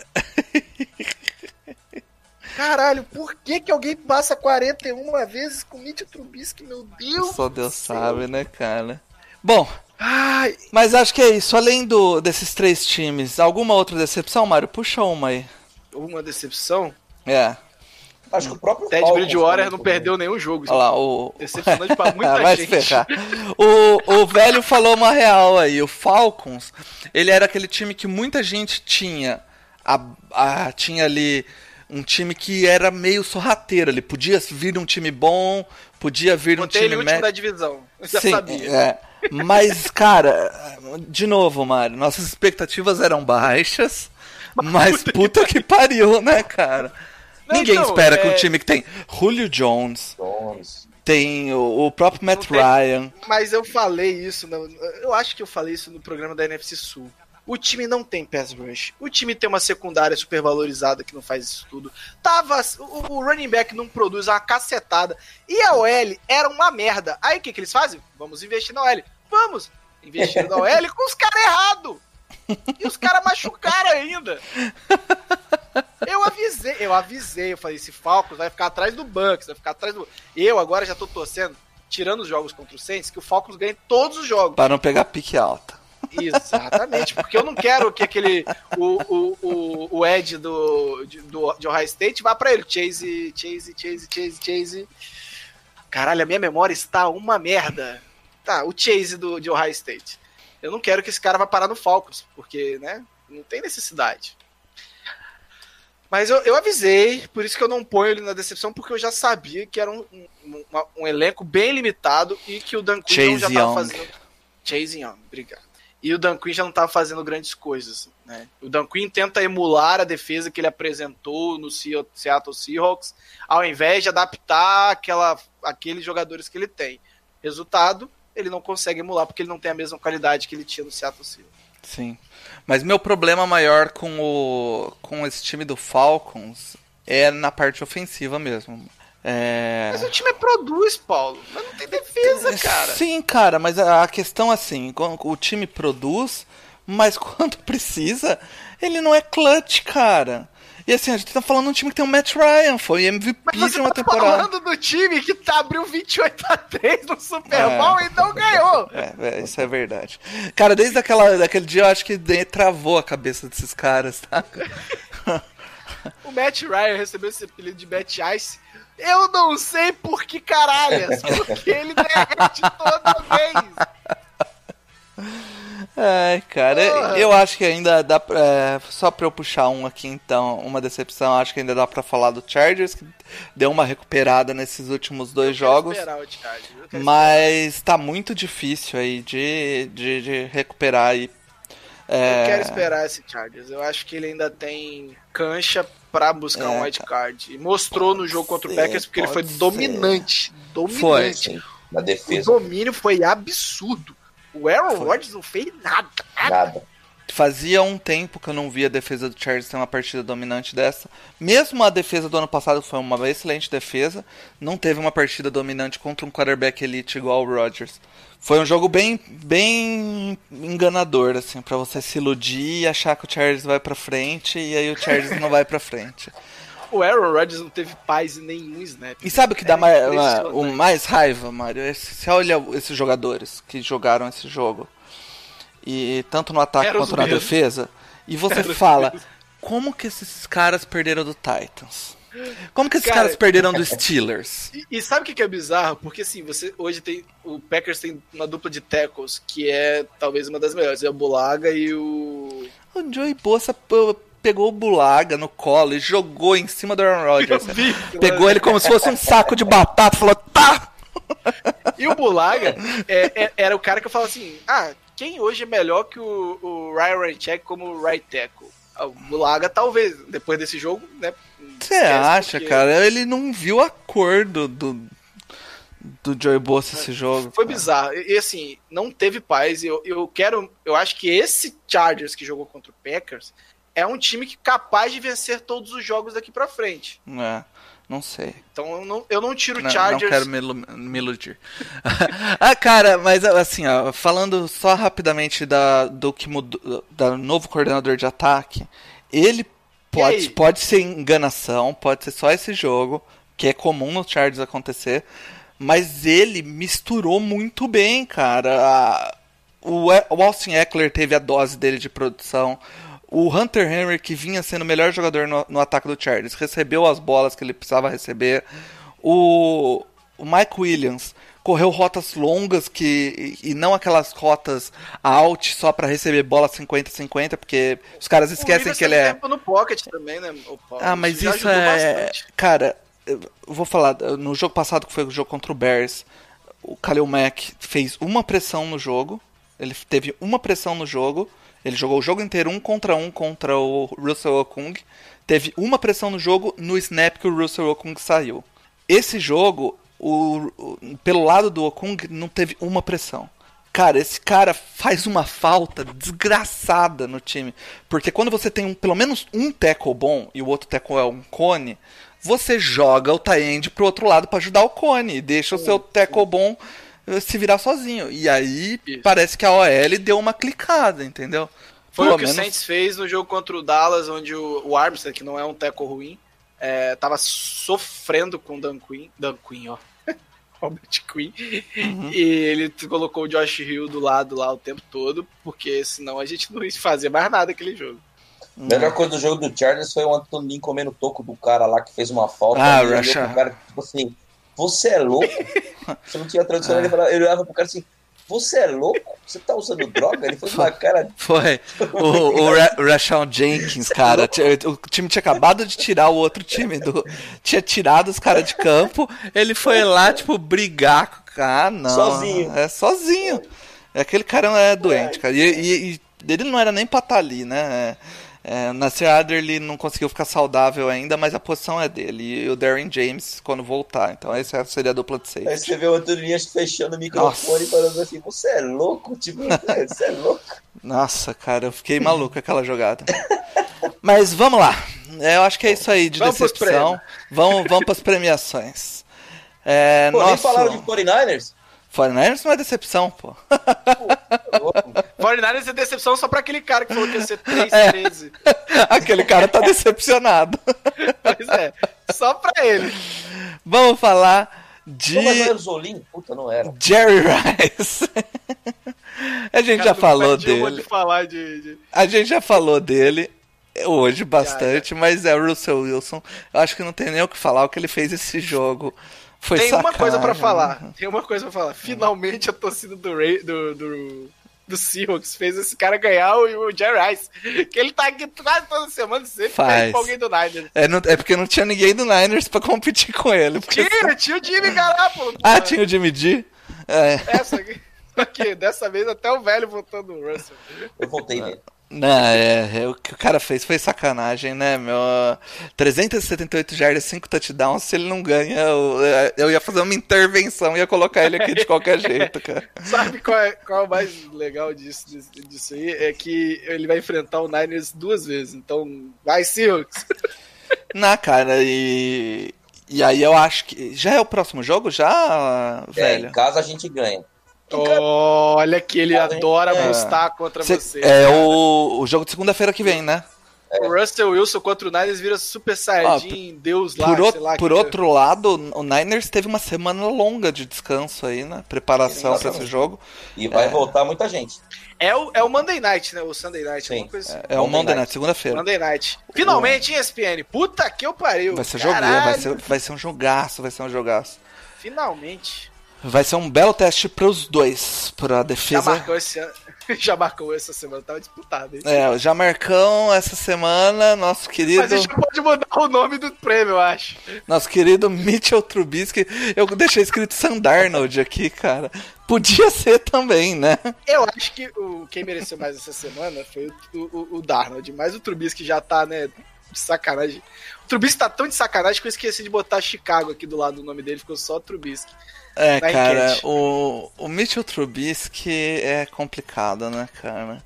[SPEAKER 3] Caralho, por que que alguém passa quarenta e uma vezes com o Mitchell Trubisky, meu Deus?
[SPEAKER 2] Só Deus sabe, né, cara? Bom, ai, mas acho que é isso. Além do, desses três times, alguma outra decepção, Mário? Puxa uma aí.
[SPEAKER 3] Uma decepção?
[SPEAKER 2] É.
[SPEAKER 4] Acho que o próprio
[SPEAKER 3] Ted Bridgewater não perdeu nenhum jogo.
[SPEAKER 2] Olha lá, o...
[SPEAKER 3] Decepcionante pra muita
[SPEAKER 2] Vai
[SPEAKER 3] gente.
[SPEAKER 2] Ferrar. O, o velho falou uma real aí. O Falcons, ele era aquele time que muita gente tinha. A, a, tinha ali um time que era meio sorrateiro. Ele podia vir um time bom, podia vir
[SPEAKER 3] Botei
[SPEAKER 2] um time...
[SPEAKER 3] ele último da divisão. Eu já
[SPEAKER 2] Sim,
[SPEAKER 3] sabia.
[SPEAKER 2] É. Mas, cara, de novo, Mário, nossas expectativas eram baixas, mas puta que pariu, né, cara? Não, Ninguém então, espera é... que um time que tem Julio Jones,
[SPEAKER 4] Jones.
[SPEAKER 2] tem o, o próprio Matt
[SPEAKER 3] tem...
[SPEAKER 2] Ryan...
[SPEAKER 3] Mas eu falei isso, no... eu acho que eu falei isso no programa da N F C Sul. O time não tem pass rush. O time tem uma secundária super valorizada que não faz isso tudo. Tava, o, o running back não produz uma cacetada. E a O L era uma merda. Aí o que, que eles fazem? Vamos investir na O L. Vamos! Investir na O L com os caras errados. E os caras machucaram ainda. Eu avisei, eu avisei. Eu falei, esse Falcons vai ficar atrás do Bucks, vai ficar atrás do... Eu agora já tô torcendo, tirando os jogos contra o Saints, que o Falcons ganhe todos os jogos.
[SPEAKER 2] Para não pegar pique alta.
[SPEAKER 3] Exatamente, porque eu não quero que aquele o, o, o, o Ed do, do, de Ohio State vá pra ele. Chase, Chase, Chase, Chase, Chase. Caralho, a minha memória está uma merda. Tá, o Chase do, de Ohio State. Eu não quero que esse cara vá parar no Falcons, porque, né, não tem necessidade. Mas eu, eu avisei, por isso que eu não ponho ele na decepção, porque eu já sabia que era um, um, um elenco bem limitado e que o Dan Quinn já tava fazendo... Chase Young, obrigado. E o Dan Quinn já não estava fazendo grandes coisas, né? O Dan Quinn tenta emular a defesa que ele apresentou no Seattle Seahawks, ao invés de adaptar aquela, aqueles jogadores que ele tem. Resultado, ele não consegue emular, porque ele não tem a mesma qualidade que ele tinha no Seattle Seahawks.
[SPEAKER 2] Sim. Mas meu problema maior com, o, com esse time do Falcons é na parte ofensiva mesmo. É...
[SPEAKER 3] Mas o time produz, Paulo. Mas não tem defesa, cara.
[SPEAKER 2] Sim, cara, mas a questão é assim, o time produz, mas quando precisa, ele não é clutch, cara. E assim, a gente tá falando de um time que tem o Matt Ryan, foi M V P de uma
[SPEAKER 3] tá
[SPEAKER 2] temporada.
[SPEAKER 3] falando do time que tá, abriu vinte e oito a três no Super Bowl é. e não ganhou.
[SPEAKER 2] É, é, isso é verdade. Cara, desde aquela, daquele dia eu acho que travou a cabeça desses caras, tá?
[SPEAKER 3] O Matt Ryan recebeu esse apelido de Matt Ice. Eu não sei por que caralhas, porque ele derrete toda vez.
[SPEAKER 2] Ai, cara, Porra. eu acho que ainda dá pra, é, só pra eu puxar um aqui então, uma decepção, acho que ainda dá pra falar do Chargers, que deu uma recuperada nesses últimos dois eu jogos,
[SPEAKER 3] esperar o Chargers, eu
[SPEAKER 2] mas esperar. Tá muito difícil aí de, de, de recuperar aí.
[SPEAKER 3] É... Eu quero esperar esse Chargers, eu acho que ele ainda tem cancha pra buscar é, um wildcard, e mostrou no jogo contra o Packers, porque ele foi ser. dominante, dominante,
[SPEAKER 2] foi,
[SPEAKER 4] na defesa.
[SPEAKER 3] O domínio foi absurdo. O Aaron Rodgers não fez nada, nada.
[SPEAKER 4] Nada.
[SPEAKER 2] Fazia um tempo que eu não via a defesa do Chargers ter uma partida dominante dessa. Mesmo a defesa do ano passado foi uma excelente defesa, não teve uma partida dominante contra um quarterback elite igual o Rodgers. Foi um jogo bem, bem enganador, assim, pra você se iludir e achar que o Chargers vai pra frente e aí o Chargers não vai pra frente.
[SPEAKER 3] O Aaron Rodgers não teve paz em nenhum snap.
[SPEAKER 2] E sabe o que dá mais, o mais raiva, Mário? Você olha esses jogadores que jogaram esse jogo, e tanto no ataque
[SPEAKER 3] Era
[SPEAKER 2] quanto na
[SPEAKER 3] mesmo.
[SPEAKER 2] defesa, e você
[SPEAKER 3] Era
[SPEAKER 2] fala, como que esses caras perderam do Titans? Como que esses
[SPEAKER 3] Cara,
[SPEAKER 2] caras perderam do Steelers?
[SPEAKER 3] E, e sabe o que, que é bizarro? Porque assim, você hoje tem. O Packers tem uma dupla de tackles que é talvez uma das melhores. É o Bulaga e o.
[SPEAKER 2] O Joey Bosa pegou o Bulaga no colo e jogou em cima do Aaron Rodgers.
[SPEAKER 3] Vi,
[SPEAKER 2] pegou
[SPEAKER 3] mano.
[SPEAKER 2] ele como se fosse um saco de batata e falou, tá!
[SPEAKER 3] E o Bulaga é, é, era o cara que eu falo assim: ah, quem hoje é melhor que o, o Ryan Ramczyk como right tackle? O Bulaga, talvez, depois desse jogo, né?
[SPEAKER 2] Você acha, porque... cara? Ele não viu a cor do, do, do Joey Bosa esse jogo.
[SPEAKER 3] Foi
[SPEAKER 2] cara.
[SPEAKER 3] bizarro. E, e assim, não teve paz. Eu, eu quero. Eu acho que esse Chargers que jogou contra o Packers é um time que capaz de vencer todos os jogos daqui pra frente.
[SPEAKER 2] É, não sei.
[SPEAKER 3] Então eu não, eu não tiro o
[SPEAKER 2] não,
[SPEAKER 3] Chargers.
[SPEAKER 2] Não quero me, me iludir. Ah, cara, mas assim, ó, falando só rapidamente da, do que mudou, da novo coordenador de ataque, ele pode, pode ser enganação, pode ser só esse jogo, que é comum no Chargers acontecer, mas ele misturou muito bem, cara. A, o, o Austin Eckler teve a dose dele de produção. O Hunter Henry, que vinha sendo o melhor jogador no, no ataque do Chargers, recebeu as bolas que ele precisava receber. O, o Mike Williams correu rotas longas que, e não aquelas rotas out só para receber bola cinquenta cinquenta, porque os caras esquecem que ele é...
[SPEAKER 3] tempo no pocket também, né? O
[SPEAKER 2] ah, mas isso, isso é... Bastante. Cara, eu vou falar, no jogo passado, que foi o jogo contra o Bears, o Khalil Mack fez uma pressão no jogo, ele teve uma pressão no jogo, ele jogou o jogo inteiro um contra um contra o Russell Okung, teve uma pressão no jogo no snap que o Russell Okung saiu. Esse jogo, o, o, pelo lado do Okung, não teve uma pressão. Cara, esse cara faz uma falta desgraçada no time. Porque quando você tem um, pelo menos um tackle bom e o outro tackle é um cone, você joga o tight end pro outro lado para ajudar o cone e deixa o seu tackle bom se virar sozinho. E aí Isso. parece que a O L deu uma clicada, entendeu?
[SPEAKER 3] Foi Pelo o que menos... o Saints fez no jogo contra o Dallas, onde o, o Armstead, que não é um tackle ruim, é, tava sofrendo com o Dan Quinn, Dan Quinn, ó, Robert Quinn, uhum. e ele colocou o Josh Hill do lado lá o tempo todo, porque senão a gente não ia fazer mais nada aquele jogo.
[SPEAKER 4] A melhor coisa do jogo do Chargers foi o Antonin comendo o toco do cara lá que fez uma falta.
[SPEAKER 2] Ah,
[SPEAKER 4] o cara, tipo assim, você é louco? Você não tinha tradução, ah. ele, falava, ele olhava pro cara assim, você é louco? Você tá usando droga? Ele foi uma cara...
[SPEAKER 2] Foi. O, o Ra- Rashawn Jenkins, cara, o time tinha acabado de tirar o outro time, do, tinha tirado os caras de campo, ele foi lá, tipo, brigar com o cara, não.
[SPEAKER 4] Sozinho.
[SPEAKER 2] É, sozinho. Aquele cara é doente, cara. E, e, e ele não era nem pra estar ali, né? É, o Nasir Adderley não conseguiu ficar saudável ainda, mas a posição é dele. E o Darren James quando voltar. Então essa seria a dupla de safety.
[SPEAKER 4] Aí você vê o Antônio fechando o microfone e falando assim, você é louco? Tipo, você é louco?
[SPEAKER 2] Nossa, cara, eu fiquei maluco com aquela jogada. Mas vamos lá. Eu acho que é isso aí de
[SPEAKER 3] vamos
[SPEAKER 2] decepção. Vamos, vamos para as premiações. É,
[SPEAKER 4] pô,
[SPEAKER 2] nosso...
[SPEAKER 4] nem falaram de quarenta e niners?
[SPEAKER 2] quarenta e niners não é decepção, pô.
[SPEAKER 3] quarenta e niners é decepção só pra aquele cara que falou que ia ser três treze.
[SPEAKER 2] É. Aquele cara tá decepcionado.
[SPEAKER 3] Pois é, só pra ele.
[SPEAKER 2] Vamos falar de...
[SPEAKER 4] Pô, mas não era o Zolim? Puta, não era.
[SPEAKER 2] Jerry Rice. A gente
[SPEAKER 3] Cara,
[SPEAKER 2] já falou
[SPEAKER 3] dele. Eu vou
[SPEAKER 2] dele.
[SPEAKER 3] te falar de, de...
[SPEAKER 2] A gente já falou dele hoje bastante, já, já. Mas é o Russell Wilson. Eu acho que não tem nem o que falar. O que ele fez esse jogo foi
[SPEAKER 3] Tem
[SPEAKER 2] sacanagem.
[SPEAKER 3] uma coisa pra falar. Tem uma coisa pra falar. Finalmente a torcida do Ray, do, do, do Seahawks fez esse cara ganhar o, o Jerry Rice. Que ele tá aqui quase toda semana sempre
[SPEAKER 2] Faz.
[SPEAKER 3] com alguém do Niners.
[SPEAKER 2] É, não, é porque não tinha ninguém do Niners pra competir com ele.
[SPEAKER 3] Tinha,
[SPEAKER 2] só...
[SPEAKER 3] tinha o Jimmy Garoppolo.
[SPEAKER 2] Ah, tinha o Jimmy G? É.
[SPEAKER 3] Essa aqui. Aqui, dessa vez até o velho votou no Russell.
[SPEAKER 4] Eu votei nele.
[SPEAKER 2] Não, é, é, o que o cara fez foi sacanagem, né, meu? trezentas e setenta e oito jardas, cinco touchdowns, se ele não ganha, eu, eu ia fazer uma intervenção e ia colocar ele aqui de qualquer jeito, cara.
[SPEAKER 3] Sabe qual é, qual é o mais legal disso, disso aí? É que ele vai enfrentar o Niners duas vezes, então vai Seahawks.
[SPEAKER 2] Não, cara, e... E aí eu acho que... Já é o próximo jogo, já, velho?
[SPEAKER 4] É, em casa a gente ganha.
[SPEAKER 3] Olha que ele
[SPEAKER 4] Cara,
[SPEAKER 3] adora
[SPEAKER 4] é.
[SPEAKER 3] apostar contra
[SPEAKER 2] Cê,
[SPEAKER 3] você.
[SPEAKER 2] É o, o jogo de segunda-feira que vem, né?
[SPEAKER 3] O Russell Wilson contra o Niners vira Super Saiyajin, ah, Deus lá,
[SPEAKER 2] por o,
[SPEAKER 3] sei lá.
[SPEAKER 2] Por
[SPEAKER 3] que
[SPEAKER 2] outro é. lado, o Niners teve uma semana longa de descanso aí, né? Preparação para esse jogo.
[SPEAKER 4] E vai
[SPEAKER 2] é.
[SPEAKER 4] voltar muita gente.
[SPEAKER 3] É o, é o Monday Night, né? O Sunday Night.
[SPEAKER 4] Sim.
[SPEAKER 3] Coisa assim.
[SPEAKER 2] É, é o Monday Night, Night segunda-feira.
[SPEAKER 3] Monday Night. Finalmente, hein, E S P N? Puta que eu pariu.
[SPEAKER 2] Vai ser jogo, vai ser, vai ser um jogaço, vai ser um jogaço.
[SPEAKER 3] Finalmente.
[SPEAKER 2] Vai ser um belo teste pros dois, pra defesa.
[SPEAKER 3] Já marcou esse ano. Já marcou essa semana, tava disputado, hein?
[SPEAKER 2] É, o Jamarcão essa semana, nosso querido...
[SPEAKER 3] Mas a gente pode mudar o nome do prêmio, eu acho.
[SPEAKER 2] Nosso querido Mitchell Trubisky. Eu deixei escrito Sam Darnold aqui, cara. Podia ser também, né?
[SPEAKER 3] Eu acho que o, quem mereceu mais essa semana foi o, o, o Darnold, mas o Trubisky já tá, né, de sacanagem. O Trubisky tá tão de sacanagem que eu esqueci de botar Chicago aqui do lado do nome dele, ficou só Trubisky.
[SPEAKER 2] É, cara, o, o Mitchell Trubisky é complicado, né, cara?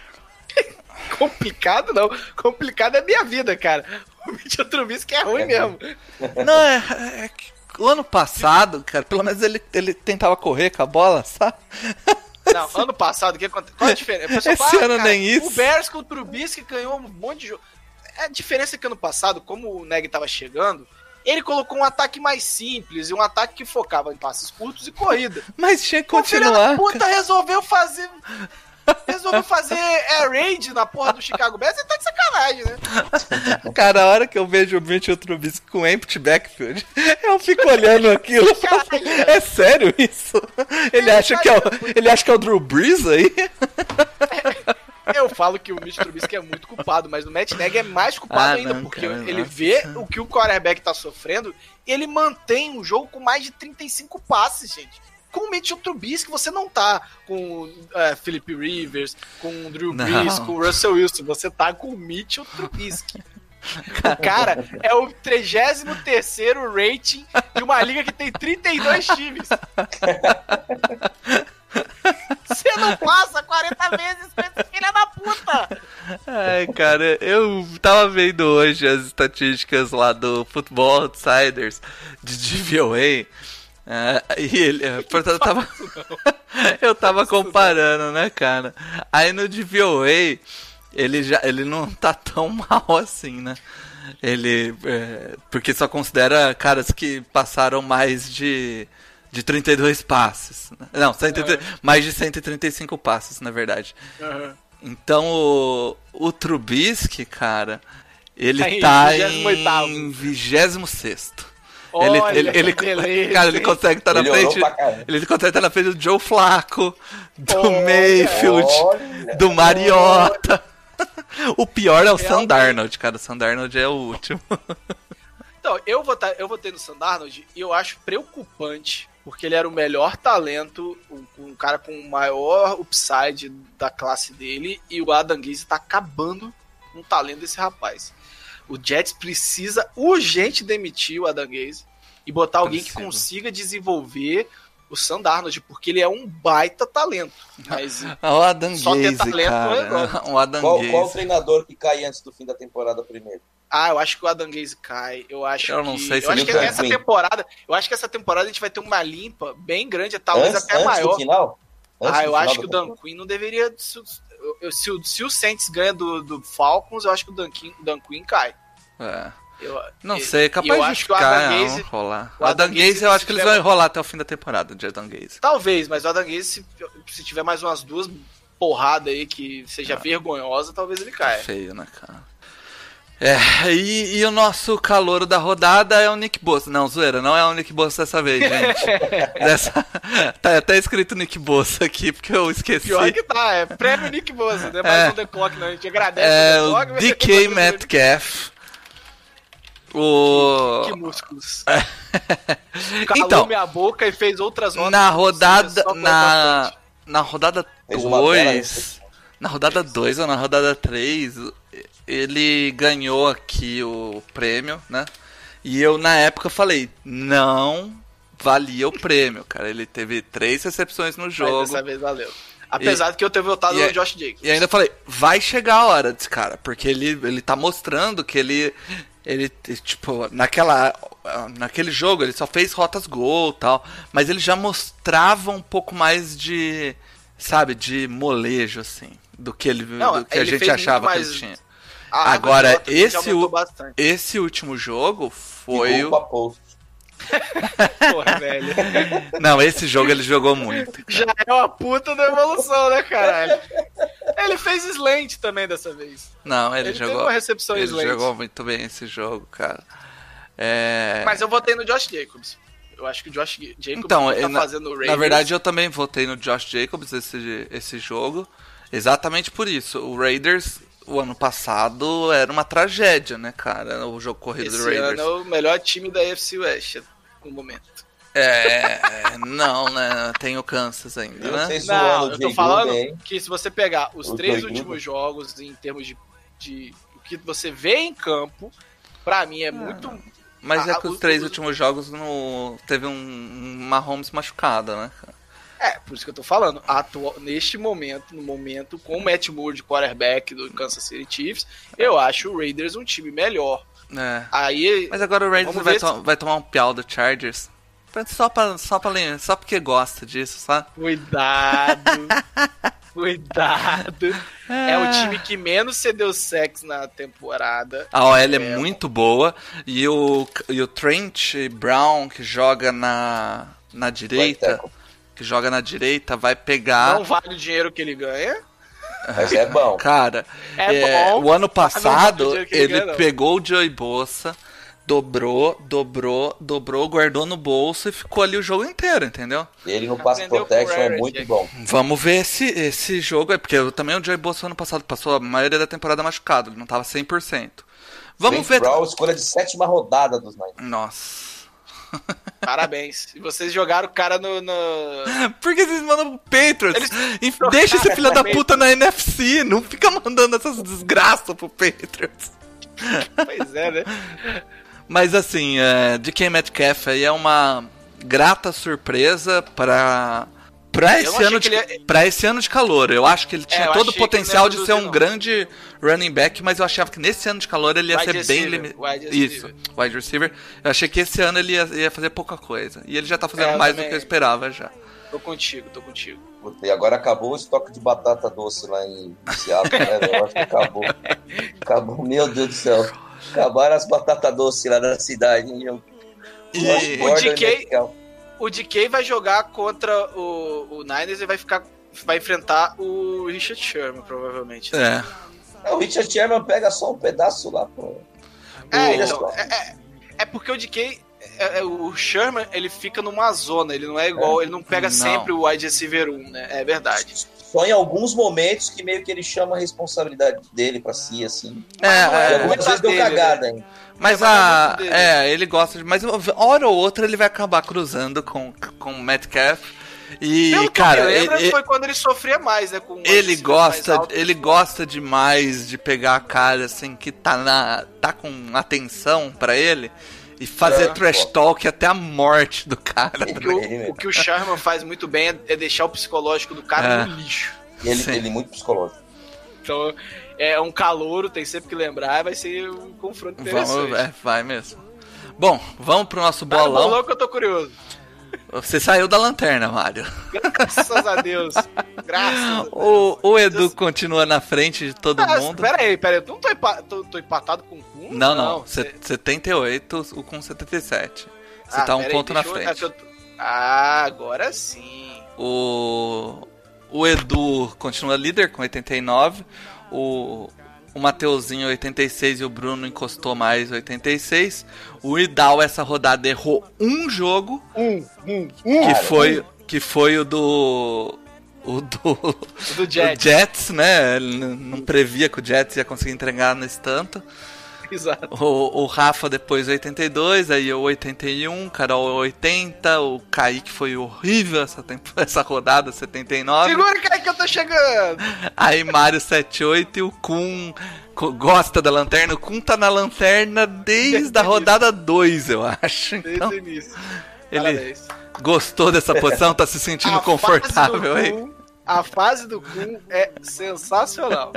[SPEAKER 3] Complicado não, complicado é minha vida, cara. O Mitchell Trubisky é ruim é mesmo.
[SPEAKER 2] Não, é, é que o ano passado, cara, pelo menos ele, ele tentava correr com a bola, sabe?
[SPEAKER 3] Não, ano passado, o que aconteceu? Qual a diferença?
[SPEAKER 2] Esse fala, ano cara, nem isso.
[SPEAKER 3] O Bears com o Trubisky ganhou um monte de jogo. A diferença é que ano passado, como o Neg tava chegando, ele colocou um ataque mais simples e um ataque que focava em passes curtos e corrida.
[SPEAKER 2] Mas tinha que continuar.
[SPEAKER 3] O filho da puta resolveu fazer... Resolveu fazer air raid na porra do Chicago Bears e tá de sacanagem, né?
[SPEAKER 2] Cara, a hora que eu vejo o Mitchell Trubisky com empty backfield, eu fico olhando aquilo. Caralho, é sério isso? Ele, é, acha que é o, ele acha que é o Drew Brees aí?
[SPEAKER 3] Eu falo que o Mitch Trubisky é muito culpado, mas o Matt Nagy é mais culpado ah, ainda, não, porque cara, ele vê o que o quarterback tá sofrendo e ele mantém o jogo com mais de trinta e cinco passes, gente. Com o Mitchell Trubisky você não tá com o uh, Philip Rivers, com o Drew Brees, com o Russell Wilson, você tá com o Mitchell Trubisky. O cara é o trigésimo terceiro rating de uma liga que tem trinta e dois times. Você não passa quarenta vezes com esse filho da puta!
[SPEAKER 2] Ai, cara, eu tava vendo hoje as estatísticas lá do Football Outsiders de D V O A. É, e ele, portanto, eu tava, eu tava comparando, né, cara? Aí no D V O A, ele, já, ele não tá tão mal assim, né? Ele, é, porque só considera caras que passaram mais de... De trinta e dois passes. Não, cento e trinta, uhum. mais de cento e trinta e cinco passes, na verdade. Uhum. Então, o, o Trubisky, cara, ele aí, tá em vigésimo sexto. Ele, ele, ele, beleza, cara, ele consegue estar tá na frente. Ele consegue estar tá na frente do Joe Flacco, do olha, Mayfield, olha, do Mariota. Olha. O pior é o Sam Darnold, cara. O Sam Darnold é o último.
[SPEAKER 3] Então, eu votei, eu votei no Sam Darnold e eu acho preocupante, porque ele era o melhor talento, um, um cara com o maior upside da classe dele, e o Adam Gase tá acabando com o talento desse rapaz. O Jets precisa urgente demitir o Adam Gaze e botar alguém Precisa. que consiga desenvolver o Sam Darnold, porque ele é um baita talento. Mas
[SPEAKER 2] o Adam
[SPEAKER 3] só
[SPEAKER 2] Gaze,
[SPEAKER 3] ter talento
[SPEAKER 2] cara.
[SPEAKER 3] não é
[SPEAKER 2] o Adam
[SPEAKER 4] qual,
[SPEAKER 2] Gaze.
[SPEAKER 4] qual o treinador que cai antes do fim da temporada primeiro?
[SPEAKER 3] Ah, eu acho que o Adam Gaze cai. Eu acho
[SPEAKER 2] eu não
[SPEAKER 3] que,
[SPEAKER 2] sei se
[SPEAKER 3] eu acho que
[SPEAKER 4] Dan
[SPEAKER 3] essa
[SPEAKER 4] Quinn.
[SPEAKER 3] temporada, eu acho que essa temporada a gente vai ter uma limpa bem grande, talvez
[SPEAKER 4] Antes,
[SPEAKER 3] até
[SPEAKER 4] antes
[SPEAKER 3] maior.
[SPEAKER 4] do final? Antes
[SPEAKER 3] ah,
[SPEAKER 4] do
[SPEAKER 3] eu
[SPEAKER 4] final
[SPEAKER 3] acho
[SPEAKER 4] da
[SPEAKER 3] que o Dan
[SPEAKER 4] temporada?
[SPEAKER 3] Quinn não deveria. Se, eu- se o, se o Saints ganha do, do Falcons, eu acho que o Dan Quinn, o Dan Quinn cai.
[SPEAKER 2] É.
[SPEAKER 3] Eu,
[SPEAKER 2] Não
[SPEAKER 3] e-
[SPEAKER 2] sei,
[SPEAKER 3] e
[SPEAKER 2] capaz
[SPEAKER 3] eu
[SPEAKER 2] de
[SPEAKER 3] acho que o
[SPEAKER 2] ficar,
[SPEAKER 3] Adam
[SPEAKER 2] é,
[SPEAKER 3] Gaze,
[SPEAKER 2] vamos rolar.
[SPEAKER 3] o
[SPEAKER 2] O Adam
[SPEAKER 3] Adam
[SPEAKER 2] Gaze,
[SPEAKER 3] Gaze,
[SPEAKER 2] eu
[SPEAKER 3] se
[SPEAKER 2] acho que eles
[SPEAKER 3] tiver-
[SPEAKER 2] vão enrolar até o fim da temporada, de Adam Gaze.
[SPEAKER 3] talvez, mas o Adam Gaze, se, se tiver mais umas duas porradas aí que seja
[SPEAKER 2] Ah.
[SPEAKER 3] vergonhosa, talvez ele caia.
[SPEAKER 2] Feio, né, cara? É, e, e o nosso calouro da rodada é o Nick Bosa. Não, zoeira, não é o Nick Bosa dessa vez, gente. Dessa... Tá até escrito Nick Bosa aqui, porque eu esqueci.
[SPEAKER 3] Pior que tá, é prêmio Nick Bosa, não é mais
[SPEAKER 2] É.
[SPEAKER 3] um The Clock, não. A gente agradece
[SPEAKER 2] É
[SPEAKER 3] o The
[SPEAKER 2] o
[SPEAKER 3] Clock, mas
[SPEAKER 2] D
[SPEAKER 3] tem
[SPEAKER 2] K
[SPEAKER 3] que-
[SPEAKER 2] Metcalf. O...
[SPEAKER 3] Que músculos. Calou
[SPEAKER 2] Então,
[SPEAKER 3] minha boca e fez outras rodas.
[SPEAKER 2] na
[SPEAKER 3] de
[SPEAKER 2] rodada
[SPEAKER 3] só foi
[SPEAKER 2] na
[SPEAKER 3] bastante.
[SPEAKER 2] na rodada
[SPEAKER 4] Fez uma bela
[SPEAKER 2] dois,
[SPEAKER 4] recepção.
[SPEAKER 2] na rodada dois ou na rodada três, ele ganhou aqui o prêmio, né? E eu na época falei, não valia o prêmio, cara. Ele teve três recepções no
[SPEAKER 3] Mas
[SPEAKER 2] jogo.
[SPEAKER 3] dessa vez valeu. Apesar de que eu ter votado
[SPEAKER 2] e
[SPEAKER 3] no
[SPEAKER 2] é-
[SPEAKER 3] Josh Jacobs.
[SPEAKER 2] E ainda falei, vai chegar a hora desse cara, porque ele, ele tá mostrando que ele, ele, tipo, naquela, naquele jogo ele só fez rotas gol e tal, mas ele já mostrava um pouco mais de, sabe, de molejo, assim, do que, ele,
[SPEAKER 3] Não,
[SPEAKER 2] do que a
[SPEAKER 3] ele
[SPEAKER 2] gente
[SPEAKER 3] fez muito
[SPEAKER 2] achava
[SPEAKER 3] mais-
[SPEAKER 2] que ele tinha.
[SPEAKER 3] A árvore
[SPEAKER 2] Agora,
[SPEAKER 3] de rotas já
[SPEAKER 2] esse,
[SPEAKER 3] aumentou
[SPEAKER 2] u-
[SPEAKER 3] bastante.
[SPEAKER 2] esse último jogo foi
[SPEAKER 4] Ficou
[SPEAKER 2] o...
[SPEAKER 4] pra post.
[SPEAKER 3] Porra, velho.
[SPEAKER 2] Não, esse jogo ele jogou muito.
[SPEAKER 3] Já é uma puta da evolução, né, caralho? Ele fez slant também dessa vez.
[SPEAKER 2] Não, ele,
[SPEAKER 3] Ele teve
[SPEAKER 2] jogou.
[SPEAKER 3] uma recepção
[SPEAKER 2] ele
[SPEAKER 3] slant.
[SPEAKER 2] jogou muito bem esse jogo, cara. É...
[SPEAKER 3] Mas eu votei no Josh Jacobs. Eu acho que o Josh Jacobs
[SPEAKER 2] Então,
[SPEAKER 3] tá
[SPEAKER 2] eu- na,
[SPEAKER 3] fazendo o Raiders.
[SPEAKER 2] na verdade eu também votei no Josh Jacobs esse, esse jogo, exatamente por isso. O Raiders, o ano passado, era uma tragédia, né, cara, o jogo corrido do
[SPEAKER 3] Esse
[SPEAKER 2] Raiders.
[SPEAKER 3] ano é o melhor time da A F C West no momento.
[SPEAKER 2] É, não, né, tem o Kansas ainda,
[SPEAKER 4] Eu
[SPEAKER 2] né?
[SPEAKER 4] sei se-
[SPEAKER 3] Não,
[SPEAKER 4] Zoando
[SPEAKER 3] eu
[SPEAKER 4] o
[SPEAKER 3] tô
[SPEAKER 4] Jay
[SPEAKER 3] falando
[SPEAKER 4] Gruden, hein?
[SPEAKER 3] que se você pegar os
[SPEAKER 4] O
[SPEAKER 3] três
[SPEAKER 4] Jay
[SPEAKER 3] últimos
[SPEAKER 4] Gruden.
[SPEAKER 3] jogos em termos de, de o que você vê em campo, pra mim é muito...
[SPEAKER 2] Mas é
[SPEAKER 3] Ah,
[SPEAKER 2] que os
[SPEAKER 3] os-
[SPEAKER 2] três
[SPEAKER 3] os-
[SPEAKER 2] últimos jogos no, teve um, um Mahomes machucada, né, cara?
[SPEAKER 3] É, por isso que eu tô falando. Atual, neste momento, no momento, com o Matt Moore de quarterback do Kansas City Chiefs, eu acho o Raiders um time melhor.
[SPEAKER 2] É.
[SPEAKER 3] Aí,
[SPEAKER 2] Mas agora o Raiders
[SPEAKER 3] vamos
[SPEAKER 2] vai,
[SPEAKER 3] ver
[SPEAKER 2] to-
[SPEAKER 3] se-
[SPEAKER 2] vai tomar um piau do Chargers. Só, pra, só, pra, lem- só porque gosta disso, sabe?
[SPEAKER 3] cuidado, cuidado. É o time que menos cedeu sacks na temporada.
[SPEAKER 2] A O L é,
[SPEAKER 3] É.
[SPEAKER 2] muito boa. E o, e o Trent Brown, que joga na, na direita,
[SPEAKER 4] tackle.
[SPEAKER 2] que joga na direita, vai pegar...
[SPEAKER 3] Não vale o dinheiro que ele ganha.
[SPEAKER 4] Mas é bom.
[SPEAKER 2] Cara,
[SPEAKER 3] É
[SPEAKER 2] é,
[SPEAKER 3] bom,
[SPEAKER 2] o ano
[SPEAKER 3] mas não vale o
[SPEAKER 2] passado
[SPEAKER 3] dinheiro que ele
[SPEAKER 2] ele
[SPEAKER 3] ganha, não.
[SPEAKER 2] pegou o Joey Bosa, dobrou, dobrou, dobrou, guardou no bolso e ficou ali o jogo inteiro, entendeu?
[SPEAKER 4] Ele no pass
[SPEAKER 3] Aprendeu
[SPEAKER 4] protection
[SPEAKER 3] com o
[SPEAKER 4] é
[SPEAKER 3] Eric
[SPEAKER 4] muito
[SPEAKER 3] aqui.
[SPEAKER 4] bom.
[SPEAKER 2] Vamos ver esse, esse jogo aí, porque eu, também o Joey Bosa ano passado passou a maioria da temporada machucado, ele não tava cem por cento. Vamos
[SPEAKER 4] Trent
[SPEAKER 2] ver...
[SPEAKER 4] Brown, escolha de sétima rodada dos Niners.
[SPEAKER 2] Nossa...
[SPEAKER 3] Parabéns. E vocês jogaram o cara no... no...
[SPEAKER 2] Por que vocês mandam pro Patriots?
[SPEAKER 3] Eles
[SPEAKER 2] Enf-
[SPEAKER 3] trocaram
[SPEAKER 2] Deixa esse filho da
[SPEAKER 3] também.
[SPEAKER 2] puta na N F C, não fica mandando essas desgraças pro Patriots.
[SPEAKER 3] Pois é, né?
[SPEAKER 2] Mas assim, é, D K Metcalf aí é uma grata surpresa pra, pra,
[SPEAKER 3] Eu não
[SPEAKER 2] esse
[SPEAKER 3] achei
[SPEAKER 2] ano
[SPEAKER 3] que
[SPEAKER 2] de,
[SPEAKER 3] ele ia-
[SPEAKER 2] pra esse ano de calor. Eu acho que ele tinha
[SPEAKER 3] eu
[SPEAKER 2] todo o
[SPEAKER 3] achei que ele
[SPEAKER 2] potencial
[SPEAKER 3] não ia
[SPEAKER 2] de ser um
[SPEAKER 3] produzir, não.
[SPEAKER 2] grande running back, mas eu achava que nesse ano de calor ele ia
[SPEAKER 3] Wide
[SPEAKER 2] ser bem
[SPEAKER 3] receiver,
[SPEAKER 2] limitado.
[SPEAKER 3] wide
[SPEAKER 2] Isso,
[SPEAKER 3] receiver.
[SPEAKER 2] wide receiver. Eu achei que esse ano ele ia, ia fazer pouca coisa. E ele já tá fazendo
[SPEAKER 3] É, eu
[SPEAKER 2] mais do
[SPEAKER 3] também.
[SPEAKER 2] que eu esperava já.
[SPEAKER 3] Tô contigo, tô contigo.
[SPEAKER 4] E agora acabou o estoque de batata doce lá em Seattle, né? Eu acho que acabou. Acabou, meu Deus do céu. Acabaram as batatas doces lá na cidade. hein? Eu...
[SPEAKER 2] E-
[SPEAKER 4] Josh
[SPEAKER 3] o
[SPEAKER 4] Gordon
[SPEAKER 3] D K
[SPEAKER 4] e Metcalf.
[SPEAKER 3] O D K vai jogar contra o, o Niners e vai ficar... Vai enfrentar o Richard Sherman, provavelmente.
[SPEAKER 2] É.
[SPEAKER 4] É, o Richard Sherman pega só um pedaço lá, pô.
[SPEAKER 3] É,
[SPEAKER 4] O-
[SPEAKER 3] então, é, é, é porque o D K, é, é, o Sherman, ele fica numa zona, ele não é igual, ele não pega
[SPEAKER 2] Não.
[SPEAKER 3] sempre o wide receiver um, né? É verdade.
[SPEAKER 4] Só em alguns momentos que meio que ele chama a responsabilidade dele pra si, assim.
[SPEAKER 2] É,
[SPEAKER 3] não
[SPEAKER 4] E
[SPEAKER 3] é,
[SPEAKER 2] é,
[SPEAKER 4] algumas
[SPEAKER 3] muito
[SPEAKER 4] vezes deu
[SPEAKER 3] dele,
[SPEAKER 4] cagada, hein?
[SPEAKER 2] mas
[SPEAKER 3] É, mas é
[SPEAKER 2] a.
[SPEAKER 3] muito dele.
[SPEAKER 2] É, ele gosta de. Mas hora ou outra ele vai acabar cruzando com, com o Metcalf. E,
[SPEAKER 3] Pelo
[SPEAKER 2] cara,
[SPEAKER 3] que eu me lembro,
[SPEAKER 2] ele,
[SPEAKER 3] foi quando ele sofria mais, né? Com
[SPEAKER 2] ele gosta,
[SPEAKER 3] altos,
[SPEAKER 2] ele gosta demais de pegar a cara assim que tá na, tá com atenção pra ele e fazer
[SPEAKER 3] é,
[SPEAKER 2] trash
[SPEAKER 4] pô.
[SPEAKER 2] talk até a morte do cara.
[SPEAKER 3] O que o, o que o Sherman faz muito bem é, é deixar o psicológico do cara
[SPEAKER 2] É.
[SPEAKER 3] no lixo.
[SPEAKER 4] E ele,
[SPEAKER 2] Sim.
[SPEAKER 4] ele é muito psicológico.
[SPEAKER 3] Então, é um calouro, tem sempre que lembrar, vai ser um confronto interessante.
[SPEAKER 2] Vamos, é, vai mesmo. Bom, vamos pro nosso
[SPEAKER 3] Tá no
[SPEAKER 2] bolão.
[SPEAKER 3] bolão que eu tô curioso.
[SPEAKER 2] Você saiu da lanterna, Mário.
[SPEAKER 3] Graças a Deus. Graças a Deus.
[SPEAKER 2] O, o Edu continua na frente de todo
[SPEAKER 3] Ah,
[SPEAKER 2] mundo.
[SPEAKER 3] pera aí, pera aí. Eu não tô, empa tô, tô empatado com o Kun?
[SPEAKER 2] Não, não.
[SPEAKER 3] cê-
[SPEAKER 2] setenta e oito, o com setenta e sete. Você
[SPEAKER 3] Ah,
[SPEAKER 2] tá um
[SPEAKER 3] pera aí,
[SPEAKER 2] ponto na
[SPEAKER 3] deixa eu-
[SPEAKER 2] frente.
[SPEAKER 3] é que eu tô- Ah, agora sim.
[SPEAKER 2] O, o Edu continua líder com oitenta e nove. O, o Mateuzinho oitenta e seis e o Bruno encostou mais oitenta e seis. O Idal essa rodada errou um jogo,
[SPEAKER 3] Um, um, um.
[SPEAKER 2] que
[SPEAKER 4] Cara,
[SPEAKER 2] foi, que foi o do... O do,
[SPEAKER 3] do Jets.
[SPEAKER 2] o Jets, né? Ele n- não previa que o Jets ia conseguir entregar nesse tanto.
[SPEAKER 3] Exato.
[SPEAKER 2] O, o Rafa depois oitenta e dois, aí eu oitenta e um, Carol oitenta, o Kaique foi horrível essa, tempo, essa rodada, setenta e nove.
[SPEAKER 3] Segura, cara, que eu tô chegando.
[SPEAKER 2] Aí Mário setenta e oito e o Kun co- gosta da lanterna. O Kun tá na lanterna desde a rodada dois, eu acho.
[SPEAKER 3] Desde
[SPEAKER 2] Então,
[SPEAKER 3] o início.
[SPEAKER 2] ele
[SPEAKER 3] Parabéns.
[SPEAKER 2] gostou dessa posição, tá se sentindo
[SPEAKER 3] A
[SPEAKER 2] confortável
[SPEAKER 3] fase
[SPEAKER 2] aí.
[SPEAKER 3] do Kun- A fase do Kun é sensacional.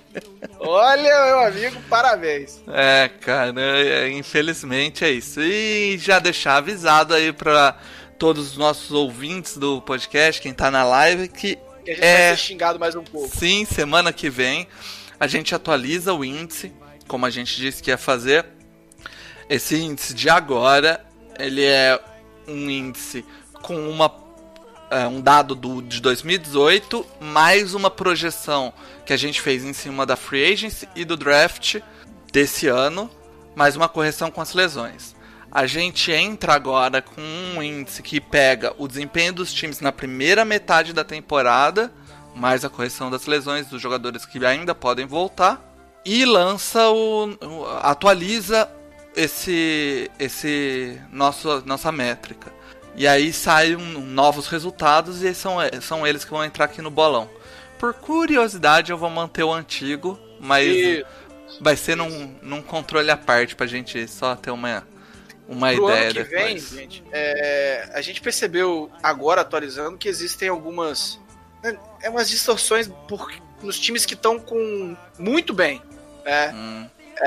[SPEAKER 3] Olha, meu amigo, parabéns.
[SPEAKER 2] É, cara, é, infelizmente é isso. E já deixar avisado aí pra todos os nossos ouvintes do podcast, quem tá na live, que
[SPEAKER 3] Que a gente
[SPEAKER 2] É.
[SPEAKER 3] vai ser xingado mais um pouco.
[SPEAKER 2] sim, semana que vem a gente atualiza o índice, como a gente disse que ia fazer. Esse índice de agora, ele é um índice com uma, é, um dado do, de dois mil e dezoito, mais uma projeção que a gente fez em cima da Free Agency e do Draft desse ano, mais uma correção com as lesões. A gente entra agora com um índice que pega o desempenho dos times na primeira metade da temporada, mais a correção das lesões dos jogadores que ainda podem voltar, e lança o, o atualiza esse esse nosso nossa métrica. E aí saem um, novos resultados e são são eles que vão entrar aqui no bolão. Por curiosidade eu vou manter o antigo, mas
[SPEAKER 3] E
[SPEAKER 2] vai ser num, num controle à parte pra gente só ter uma uma
[SPEAKER 3] pro
[SPEAKER 2] ideia
[SPEAKER 3] ano que vem,
[SPEAKER 2] depois.
[SPEAKER 3] gente, é, a gente percebeu agora, atualizando, que existem algumas é, umas distorções por, nos times que estão com muito bem, né?
[SPEAKER 2] Hum,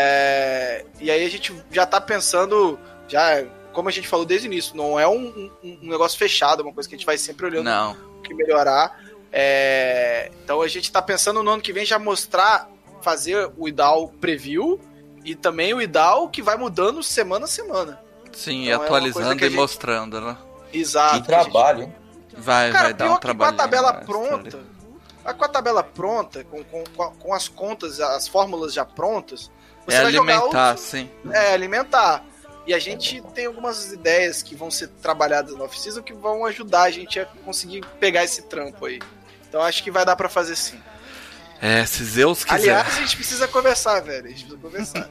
[SPEAKER 3] É, e aí a gente já tá pensando, já como a gente falou desde o início, não é um, um, um negócio fechado, é uma coisa que a gente vai sempre olhando
[SPEAKER 2] não.
[SPEAKER 3] o que melhorar. É, então a gente tá pensando no ano que vem já mostrar, fazer o I D A L preview e também o I D A L que vai mudando semana a semana.
[SPEAKER 2] Sim,
[SPEAKER 3] Então, é uma
[SPEAKER 2] atualizando
[SPEAKER 3] coisa que a
[SPEAKER 2] e
[SPEAKER 3] gente-
[SPEAKER 2] mostrando, né?
[SPEAKER 3] Exato.
[SPEAKER 4] Que trabalho, hein?
[SPEAKER 2] Vai,
[SPEAKER 3] Cara,
[SPEAKER 2] vai dar
[SPEAKER 3] pior
[SPEAKER 2] um
[SPEAKER 3] que com a
[SPEAKER 2] trabalho.
[SPEAKER 3] tabela pronta, com a tabela pronta, com, com, com a- com as contas, as fórmulas já prontas, você
[SPEAKER 2] É
[SPEAKER 3] vai jogar
[SPEAKER 2] alimentar,
[SPEAKER 3] o-
[SPEAKER 2] sim.
[SPEAKER 3] É, alimentar. E a gente tem algumas ideias que vão ser trabalhadas no off-season que vão ajudar a gente a conseguir pegar esse trampo aí. Então acho que vai dar pra fazer sim.
[SPEAKER 2] É, se Zeus quiser.
[SPEAKER 3] Aliás, a gente precisa conversar, velho. A gente precisa conversar.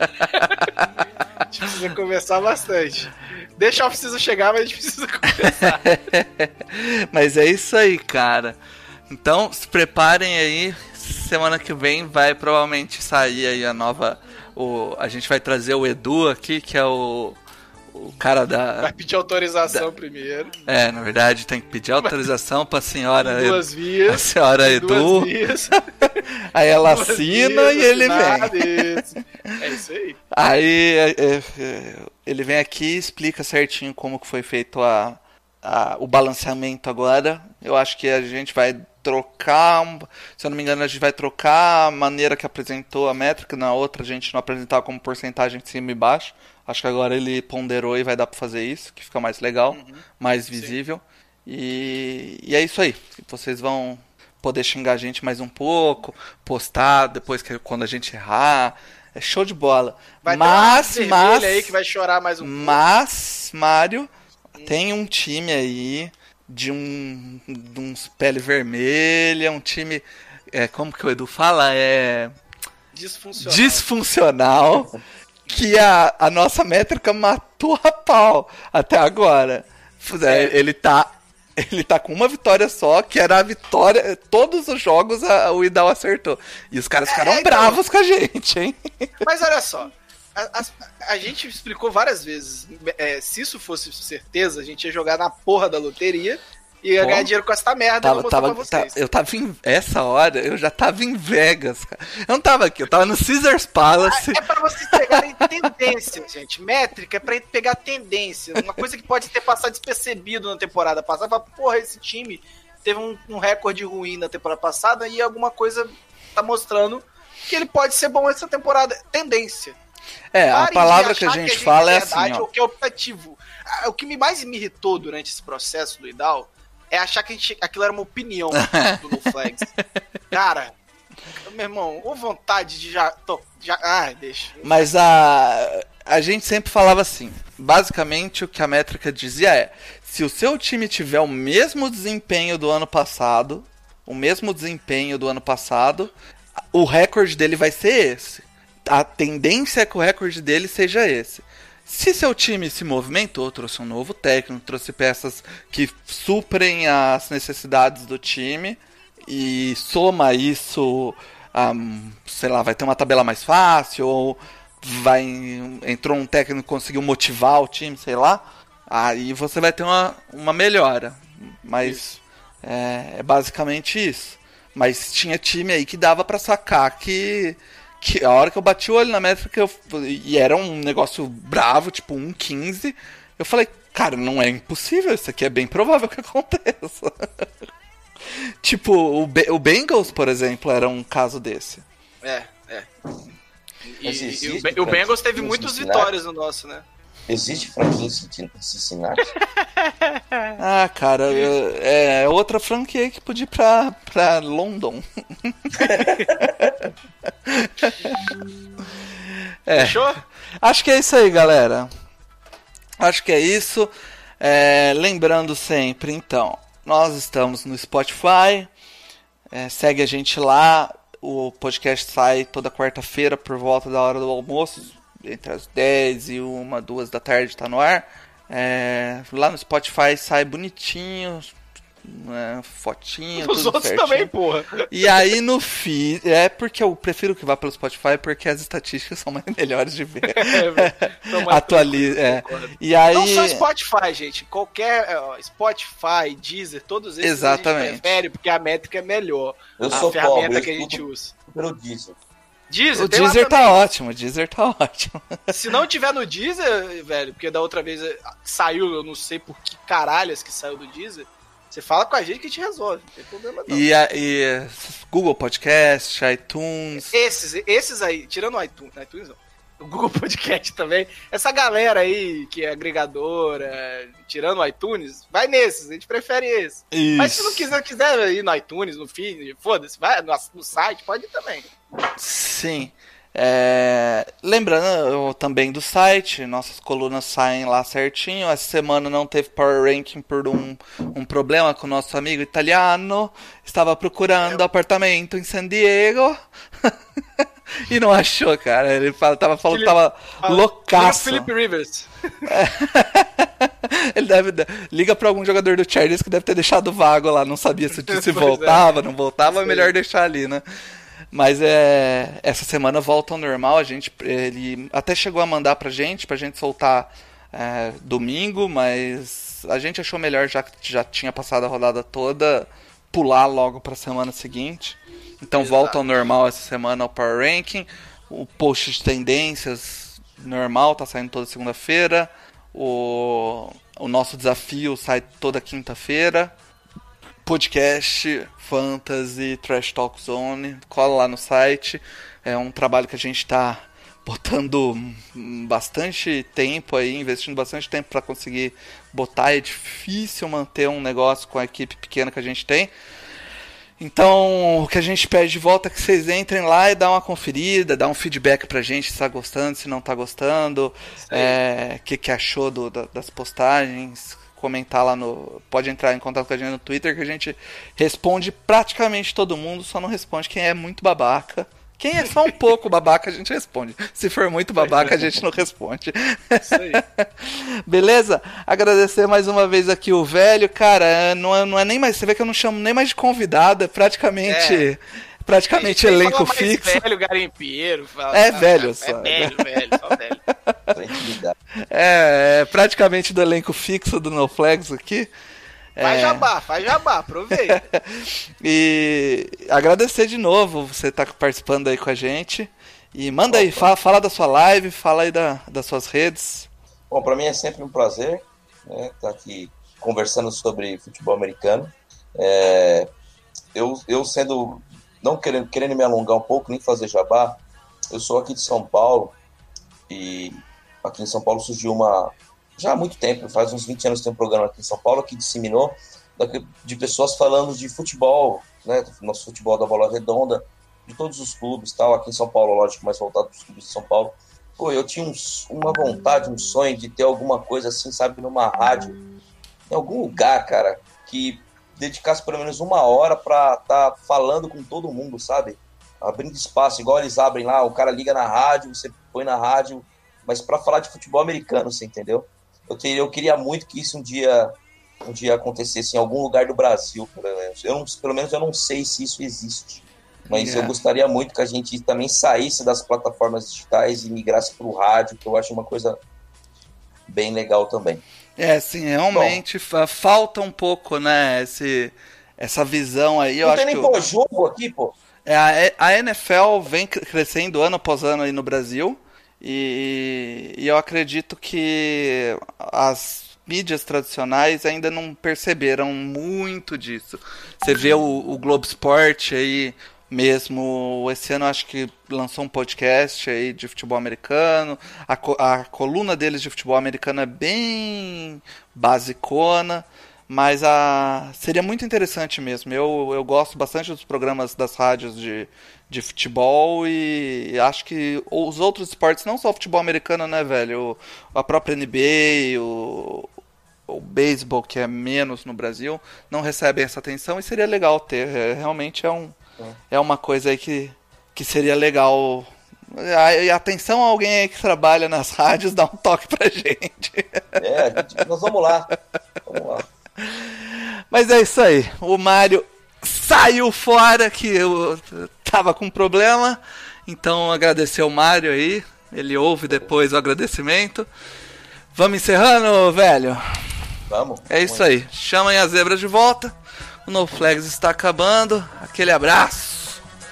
[SPEAKER 3] A gente precisa conversar bastante. Deixa a off-season chegar, mas a gente precisa conversar.
[SPEAKER 2] Mas é isso aí, cara. Então, se preparem aí. Semana que vem vai provavelmente sair aí a nova... O, a gente vai trazer o Edu aqui, que é o, o cara da...
[SPEAKER 3] Vai pedir autorização primeiro.
[SPEAKER 2] É, na verdade, tem que pedir autorização pra senhora...
[SPEAKER 3] Duas
[SPEAKER 2] A
[SPEAKER 3] vias.
[SPEAKER 2] senhora Edu.
[SPEAKER 3] Duas vias.
[SPEAKER 2] Aí ela
[SPEAKER 3] Duas
[SPEAKER 2] assina
[SPEAKER 3] vias,
[SPEAKER 2] e ele
[SPEAKER 3] assinado,
[SPEAKER 2] vem.
[SPEAKER 3] isso. É isso aí.
[SPEAKER 2] Aí é, é, é, ele vem aqui e explica certinho como que foi feito a, a, o balanceamento agora. Eu acho que a gente vai trocar, um- se eu não me engano, a gente vai trocar a maneira que apresentou a métrica. Na outra a gente não apresentava como porcentagem de cima e baixo. Acho que agora ele ponderou e vai dar pra fazer isso, que fica mais legal, mais visível. E, e é isso aí. Vocês vão poder xingar a gente mais um pouco, postar depois que quando a gente errar. É show de bola.
[SPEAKER 3] Vai
[SPEAKER 2] mas,
[SPEAKER 3] ter uma
[SPEAKER 2] mas,
[SPEAKER 3] vermelha aí que vai chorar mais um pouco.
[SPEAKER 2] mas, Mário, tem um time aí de, um, de uns pele vermelha, um time, é, como que o Edu fala? É
[SPEAKER 3] Disfuncional.
[SPEAKER 2] disfuncional, que a, a nossa métrica matou a pau até agora. É, ele tá Ele tá com uma vitória só, que era a vitória. Todos os jogos a, o Idal acertou. E os caras ficaram é, bravos então... com a gente, hein?
[SPEAKER 3] Mas olha só. A, a, a gente explicou várias vezes. É, se isso fosse certeza, a gente ia jogar na porra da loteria e ia Pô, ganhar dinheiro com essa merda
[SPEAKER 2] tava,
[SPEAKER 3] e mostrar
[SPEAKER 2] tava,
[SPEAKER 3] pra vocês.
[SPEAKER 2] Tá, eu tava em. Essa hora, eu já tava em Vegas, cara. Eu não tava aqui, eu tava no Caesars Palace.
[SPEAKER 3] Ah, é pra vocês pegarem tendência, gente. Métrica é pra pegar tendência. Uma coisa que pode ter passado despercebido na temporada passada. Fala, porra, esse time teve um, um recorde ruim na temporada passada e alguma coisa tá mostrando que ele pode ser bom essa temporada. Tendência.
[SPEAKER 2] É, a
[SPEAKER 3] Parem
[SPEAKER 2] palavra que a gente,
[SPEAKER 3] que a gente
[SPEAKER 2] fala
[SPEAKER 3] é,
[SPEAKER 2] é
[SPEAKER 3] verdade,
[SPEAKER 2] assim, ó.
[SPEAKER 3] O que é optativo. O que me mais me irritou durante esse processo do Idal é achar que a gente, aquilo era uma opinião do No Flags. Cara, meu irmão, ou vontade de já... Tô, já ah, deixa.
[SPEAKER 2] Mas a, a gente sempre falava assim, basicamente o que a métrica dizia é, se o seu time tiver o mesmo desempenho do ano passado, o mesmo desempenho do ano passado, o recorde dele vai ser esse. A tendência é que o recorde dele seja esse. Se seu time se movimentou, trouxe um novo técnico, trouxe peças que suprem as necessidades do time e soma isso, um, sei lá, vai ter uma tabela mais fácil ou vai, entrou um técnico que conseguiu motivar o time, sei lá, aí você vai ter uma, uma melhora. Mas é, é basicamente isso. Mas tinha time aí que dava pra sacar que... que a hora que eu bati o olho na métrica eu, e era um negócio bravo, tipo um quinze, eu falei, cara, não é impossível, isso aqui é bem provável que aconteça. Tipo, o, Be- o Bengals, por exemplo, era um caso desse.
[SPEAKER 3] É, é. E,
[SPEAKER 4] existe,
[SPEAKER 3] e o, Be- o Bengals teve muitas vitórias no nosso, né?
[SPEAKER 4] Existe franquia em Cincinnati?
[SPEAKER 2] Ah, cara, é outra franquia que podia ir pra, pra London. É.
[SPEAKER 3] Fechou?
[SPEAKER 2] Acho que é isso aí, galera. Acho que é isso. É, lembrando sempre, então, nós estamos no Spotify. É, segue a gente lá. O podcast sai toda quarta-feira por volta da hora do almoço. Entre as dez e uma, duas da tarde tá no ar. É, lá no Spotify sai bonitinho. Né, fotinho,
[SPEAKER 3] os
[SPEAKER 2] tudo
[SPEAKER 3] outros
[SPEAKER 2] certinho.
[SPEAKER 3] também, porra.
[SPEAKER 2] E aí no feed, é porque eu prefiro que vá pelo Spotify porque as estatísticas são mais melhores de ver. É, Atualiza, é. E aí
[SPEAKER 3] não só Spotify, gente, qualquer ó, Spotify, Deezer, todos esses
[SPEAKER 2] exatamente.
[SPEAKER 3] A gente prefere porque a métrica é melhor.
[SPEAKER 4] Eu
[SPEAKER 3] a
[SPEAKER 4] sou
[SPEAKER 3] ferramenta
[SPEAKER 4] pobre,
[SPEAKER 3] que a gente usa.
[SPEAKER 4] Pelo Deezer.
[SPEAKER 3] Deezer,
[SPEAKER 2] o Deezer tá ótimo, o Deezer tá ótimo.
[SPEAKER 3] Se não tiver no Deezer, velho, porque da outra vez saiu, eu não sei por que caralhas que saiu do Deezer, você fala com a gente que a gente resolve, não tem problema não.
[SPEAKER 2] E, a, e Google Podcast, iTunes...
[SPEAKER 3] Esses, esses aí, tirando o iTunes, iTunes não, o Google Podcast também, essa galera aí que é agregadora, tirando o iTunes, vai nesses, a gente prefere esses. Isso. Mas se não quiser, quiser ir no iTunes, no feed, foda-se, vai no, no site, pode ir também.
[SPEAKER 2] Sim. É, lembrando também do site, nossas colunas saem lá certinho. Essa semana não teve Power Ranking por um, um problema com o nosso amigo italiano. Estava procurando é. apartamento em San Diego e não achou, cara. Ele fala, tava falando que tava loucaço.
[SPEAKER 3] Philip Rivers.
[SPEAKER 2] Ele deve liga pra algum jogador do Chargers que deve ter deixado vago lá. Não sabia se, se voltava, é. não voltava. É melhor deixar ali, né? Mas é, essa semana volta ao normal, a gente, ele até chegou a mandar pra gente, pra gente soltar é, domingo, mas a gente achou melhor, já que já tinha passado a rodada toda, pular logo pra semana seguinte. Então Exato. Volta ao normal essa semana o Power Ranking, o post de tendências normal, tá saindo toda segunda-feira, o, o nosso desafio sai toda quinta-feira. Podcast, Fantasy, Trash Talk Zone, cola lá no site. É um trabalho que a gente está botando bastante tempo aí, investindo bastante tempo para conseguir botar. É difícil manter um negócio com a equipe pequena que a gente tem. Então, o que a gente pede de volta é que vocês entrem lá e dá uma conferida, dá um feedback pra gente se está gostando, se não está gostando, o é, que, que achou do, da, das postagens. Comentar lá no... Pode entrar em contato com a gente no Twitter, que a gente responde praticamente todo mundo, só não responde quem é muito babaca, Quem é só um pouco babaca, a gente responde. Se for muito babaca, a gente não responde.
[SPEAKER 3] Isso aí.
[SPEAKER 2] Beleza? Agradecer mais uma vez aqui o velho. Cara, não é, não é nem mais... Você vê que eu não chamo nem mais de convidado. É praticamente... É. Praticamente elenco fixo.
[SPEAKER 3] Velho garimpeiro. Fala,
[SPEAKER 2] é velho
[SPEAKER 3] é,
[SPEAKER 2] só.
[SPEAKER 3] É velho, velho, só velho.
[SPEAKER 2] É, é praticamente do elenco fixo do No Flags aqui.
[SPEAKER 3] Faz
[SPEAKER 2] é...
[SPEAKER 3] jabá, faz jabá, aproveita.
[SPEAKER 2] E agradecer de novo você estar tá participando aí com a gente. E manda Opa. aí, fala, fala da sua live, fala aí da, das suas redes.
[SPEAKER 4] Bom, para mim é sempre um prazer né, estar aqui conversando sobre futebol americano. É, eu, eu sendo, não querendo, querendo me alongar um pouco, nem fazer jabá, eu sou aqui de São Paulo e aqui em São Paulo surgiu uma... Já há muito tempo, faz uns vinte anos tem um programa aqui em São Paulo que disseminou de pessoas falando de futebol, né, do nosso futebol da bola redonda, de todos os clubes, tal, aqui em São Paulo, lógico, mais voltado para os clubes de São Paulo. Pô, eu tinha um, uma vontade, um sonho de ter alguma coisa assim, sabe, numa rádio, em algum lugar, cara, que dedicasse pelo menos uma hora para estar tá falando com todo mundo, sabe? Abrindo espaço, igual eles abrem lá, o cara liga na rádio, você põe na rádio, mas para falar de futebol americano, você entendeu? Eu, te, eu queria muito que isso um dia, um dia acontecesse em algum lugar do Brasil, pelo menos. Eu não, pelo menos eu não sei se isso existe. Mas yeah. eu gostaria muito que a gente também saísse das plataformas digitais e migrasse para o rádio, que eu acho uma coisa bem legal também.
[SPEAKER 2] É, sim, realmente Bom, falta um pouco, né, esse, essa visão aí. Eu
[SPEAKER 4] não
[SPEAKER 2] acho
[SPEAKER 4] tem nem
[SPEAKER 2] que
[SPEAKER 4] pô, eu... jogo aqui, pô.
[SPEAKER 2] É, a, a N F L vem crescendo ano após ano aí no Brasil. E, e eu acredito que as mídias tradicionais ainda não perceberam muito disso. Você vê o, o Globo Esporte aí mesmo, esse ano acho que lançou um podcast aí de futebol americano. A, a coluna deles de futebol americano é bem basicona, mas a, seria muito interessante mesmo. Eu, eu gosto bastante dos programas das rádios de de futebol e acho que os outros esportes, não só o futebol americano, né, velho? O, a própria N B A, o, o beisebol, que é menos no Brasil, não recebem essa atenção e seria legal ter. É, realmente é, um, é uma coisa aí que, que seria legal. A, atenção a alguém aí que trabalha nas rádios, dá um toque pra gente.
[SPEAKER 4] É, nós vamos lá. Vamos lá.
[SPEAKER 2] Mas é isso aí. O Mário saiu fora, que eu tava com problema, então agradecer ao Mário aí, ele ouve depois o agradecimento. Vamos encerrando, velho?
[SPEAKER 4] Vamos.
[SPEAKER 2] É isso aí, chamem as zebras de volta, o No Flags está acabando, aquele abraço.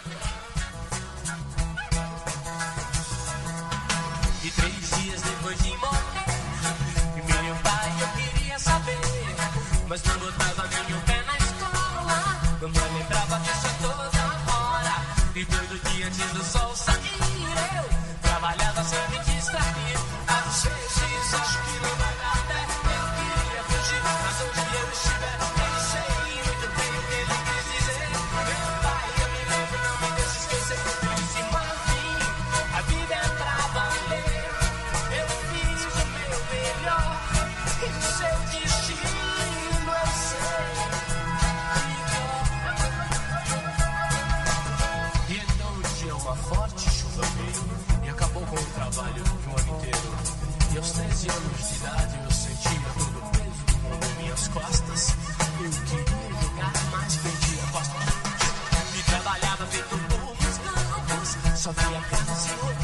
[SPEAKER 5] E três dias depois de morrer, meu pai eu queria saber, mas não botava nenhum pé na escola. Mamãe lembrava disso a toda hora. E todo dia antes do sol sair, eu trabalhava sem me distrair. Às vezes acho que não vai dar pé. Eu queria fugir, mas onde eu estiver, eu sei muito bem o que ele quis dizer. Meu pai, eu me lembro, não me deixe esquecer. Ele disse, Marvin, a vida é pra valer. Eu fiz o meu melhor e o seu destino eu sei. Uma forte chuva veio e acabou com o trabalho de um ano inteiro. E aos treze anos de idade eu sentia todo o peso do mundo em minhas costas. Eu queria jogar, mas perdi a costa. E trabalhava feito burro nos campos, só via carros e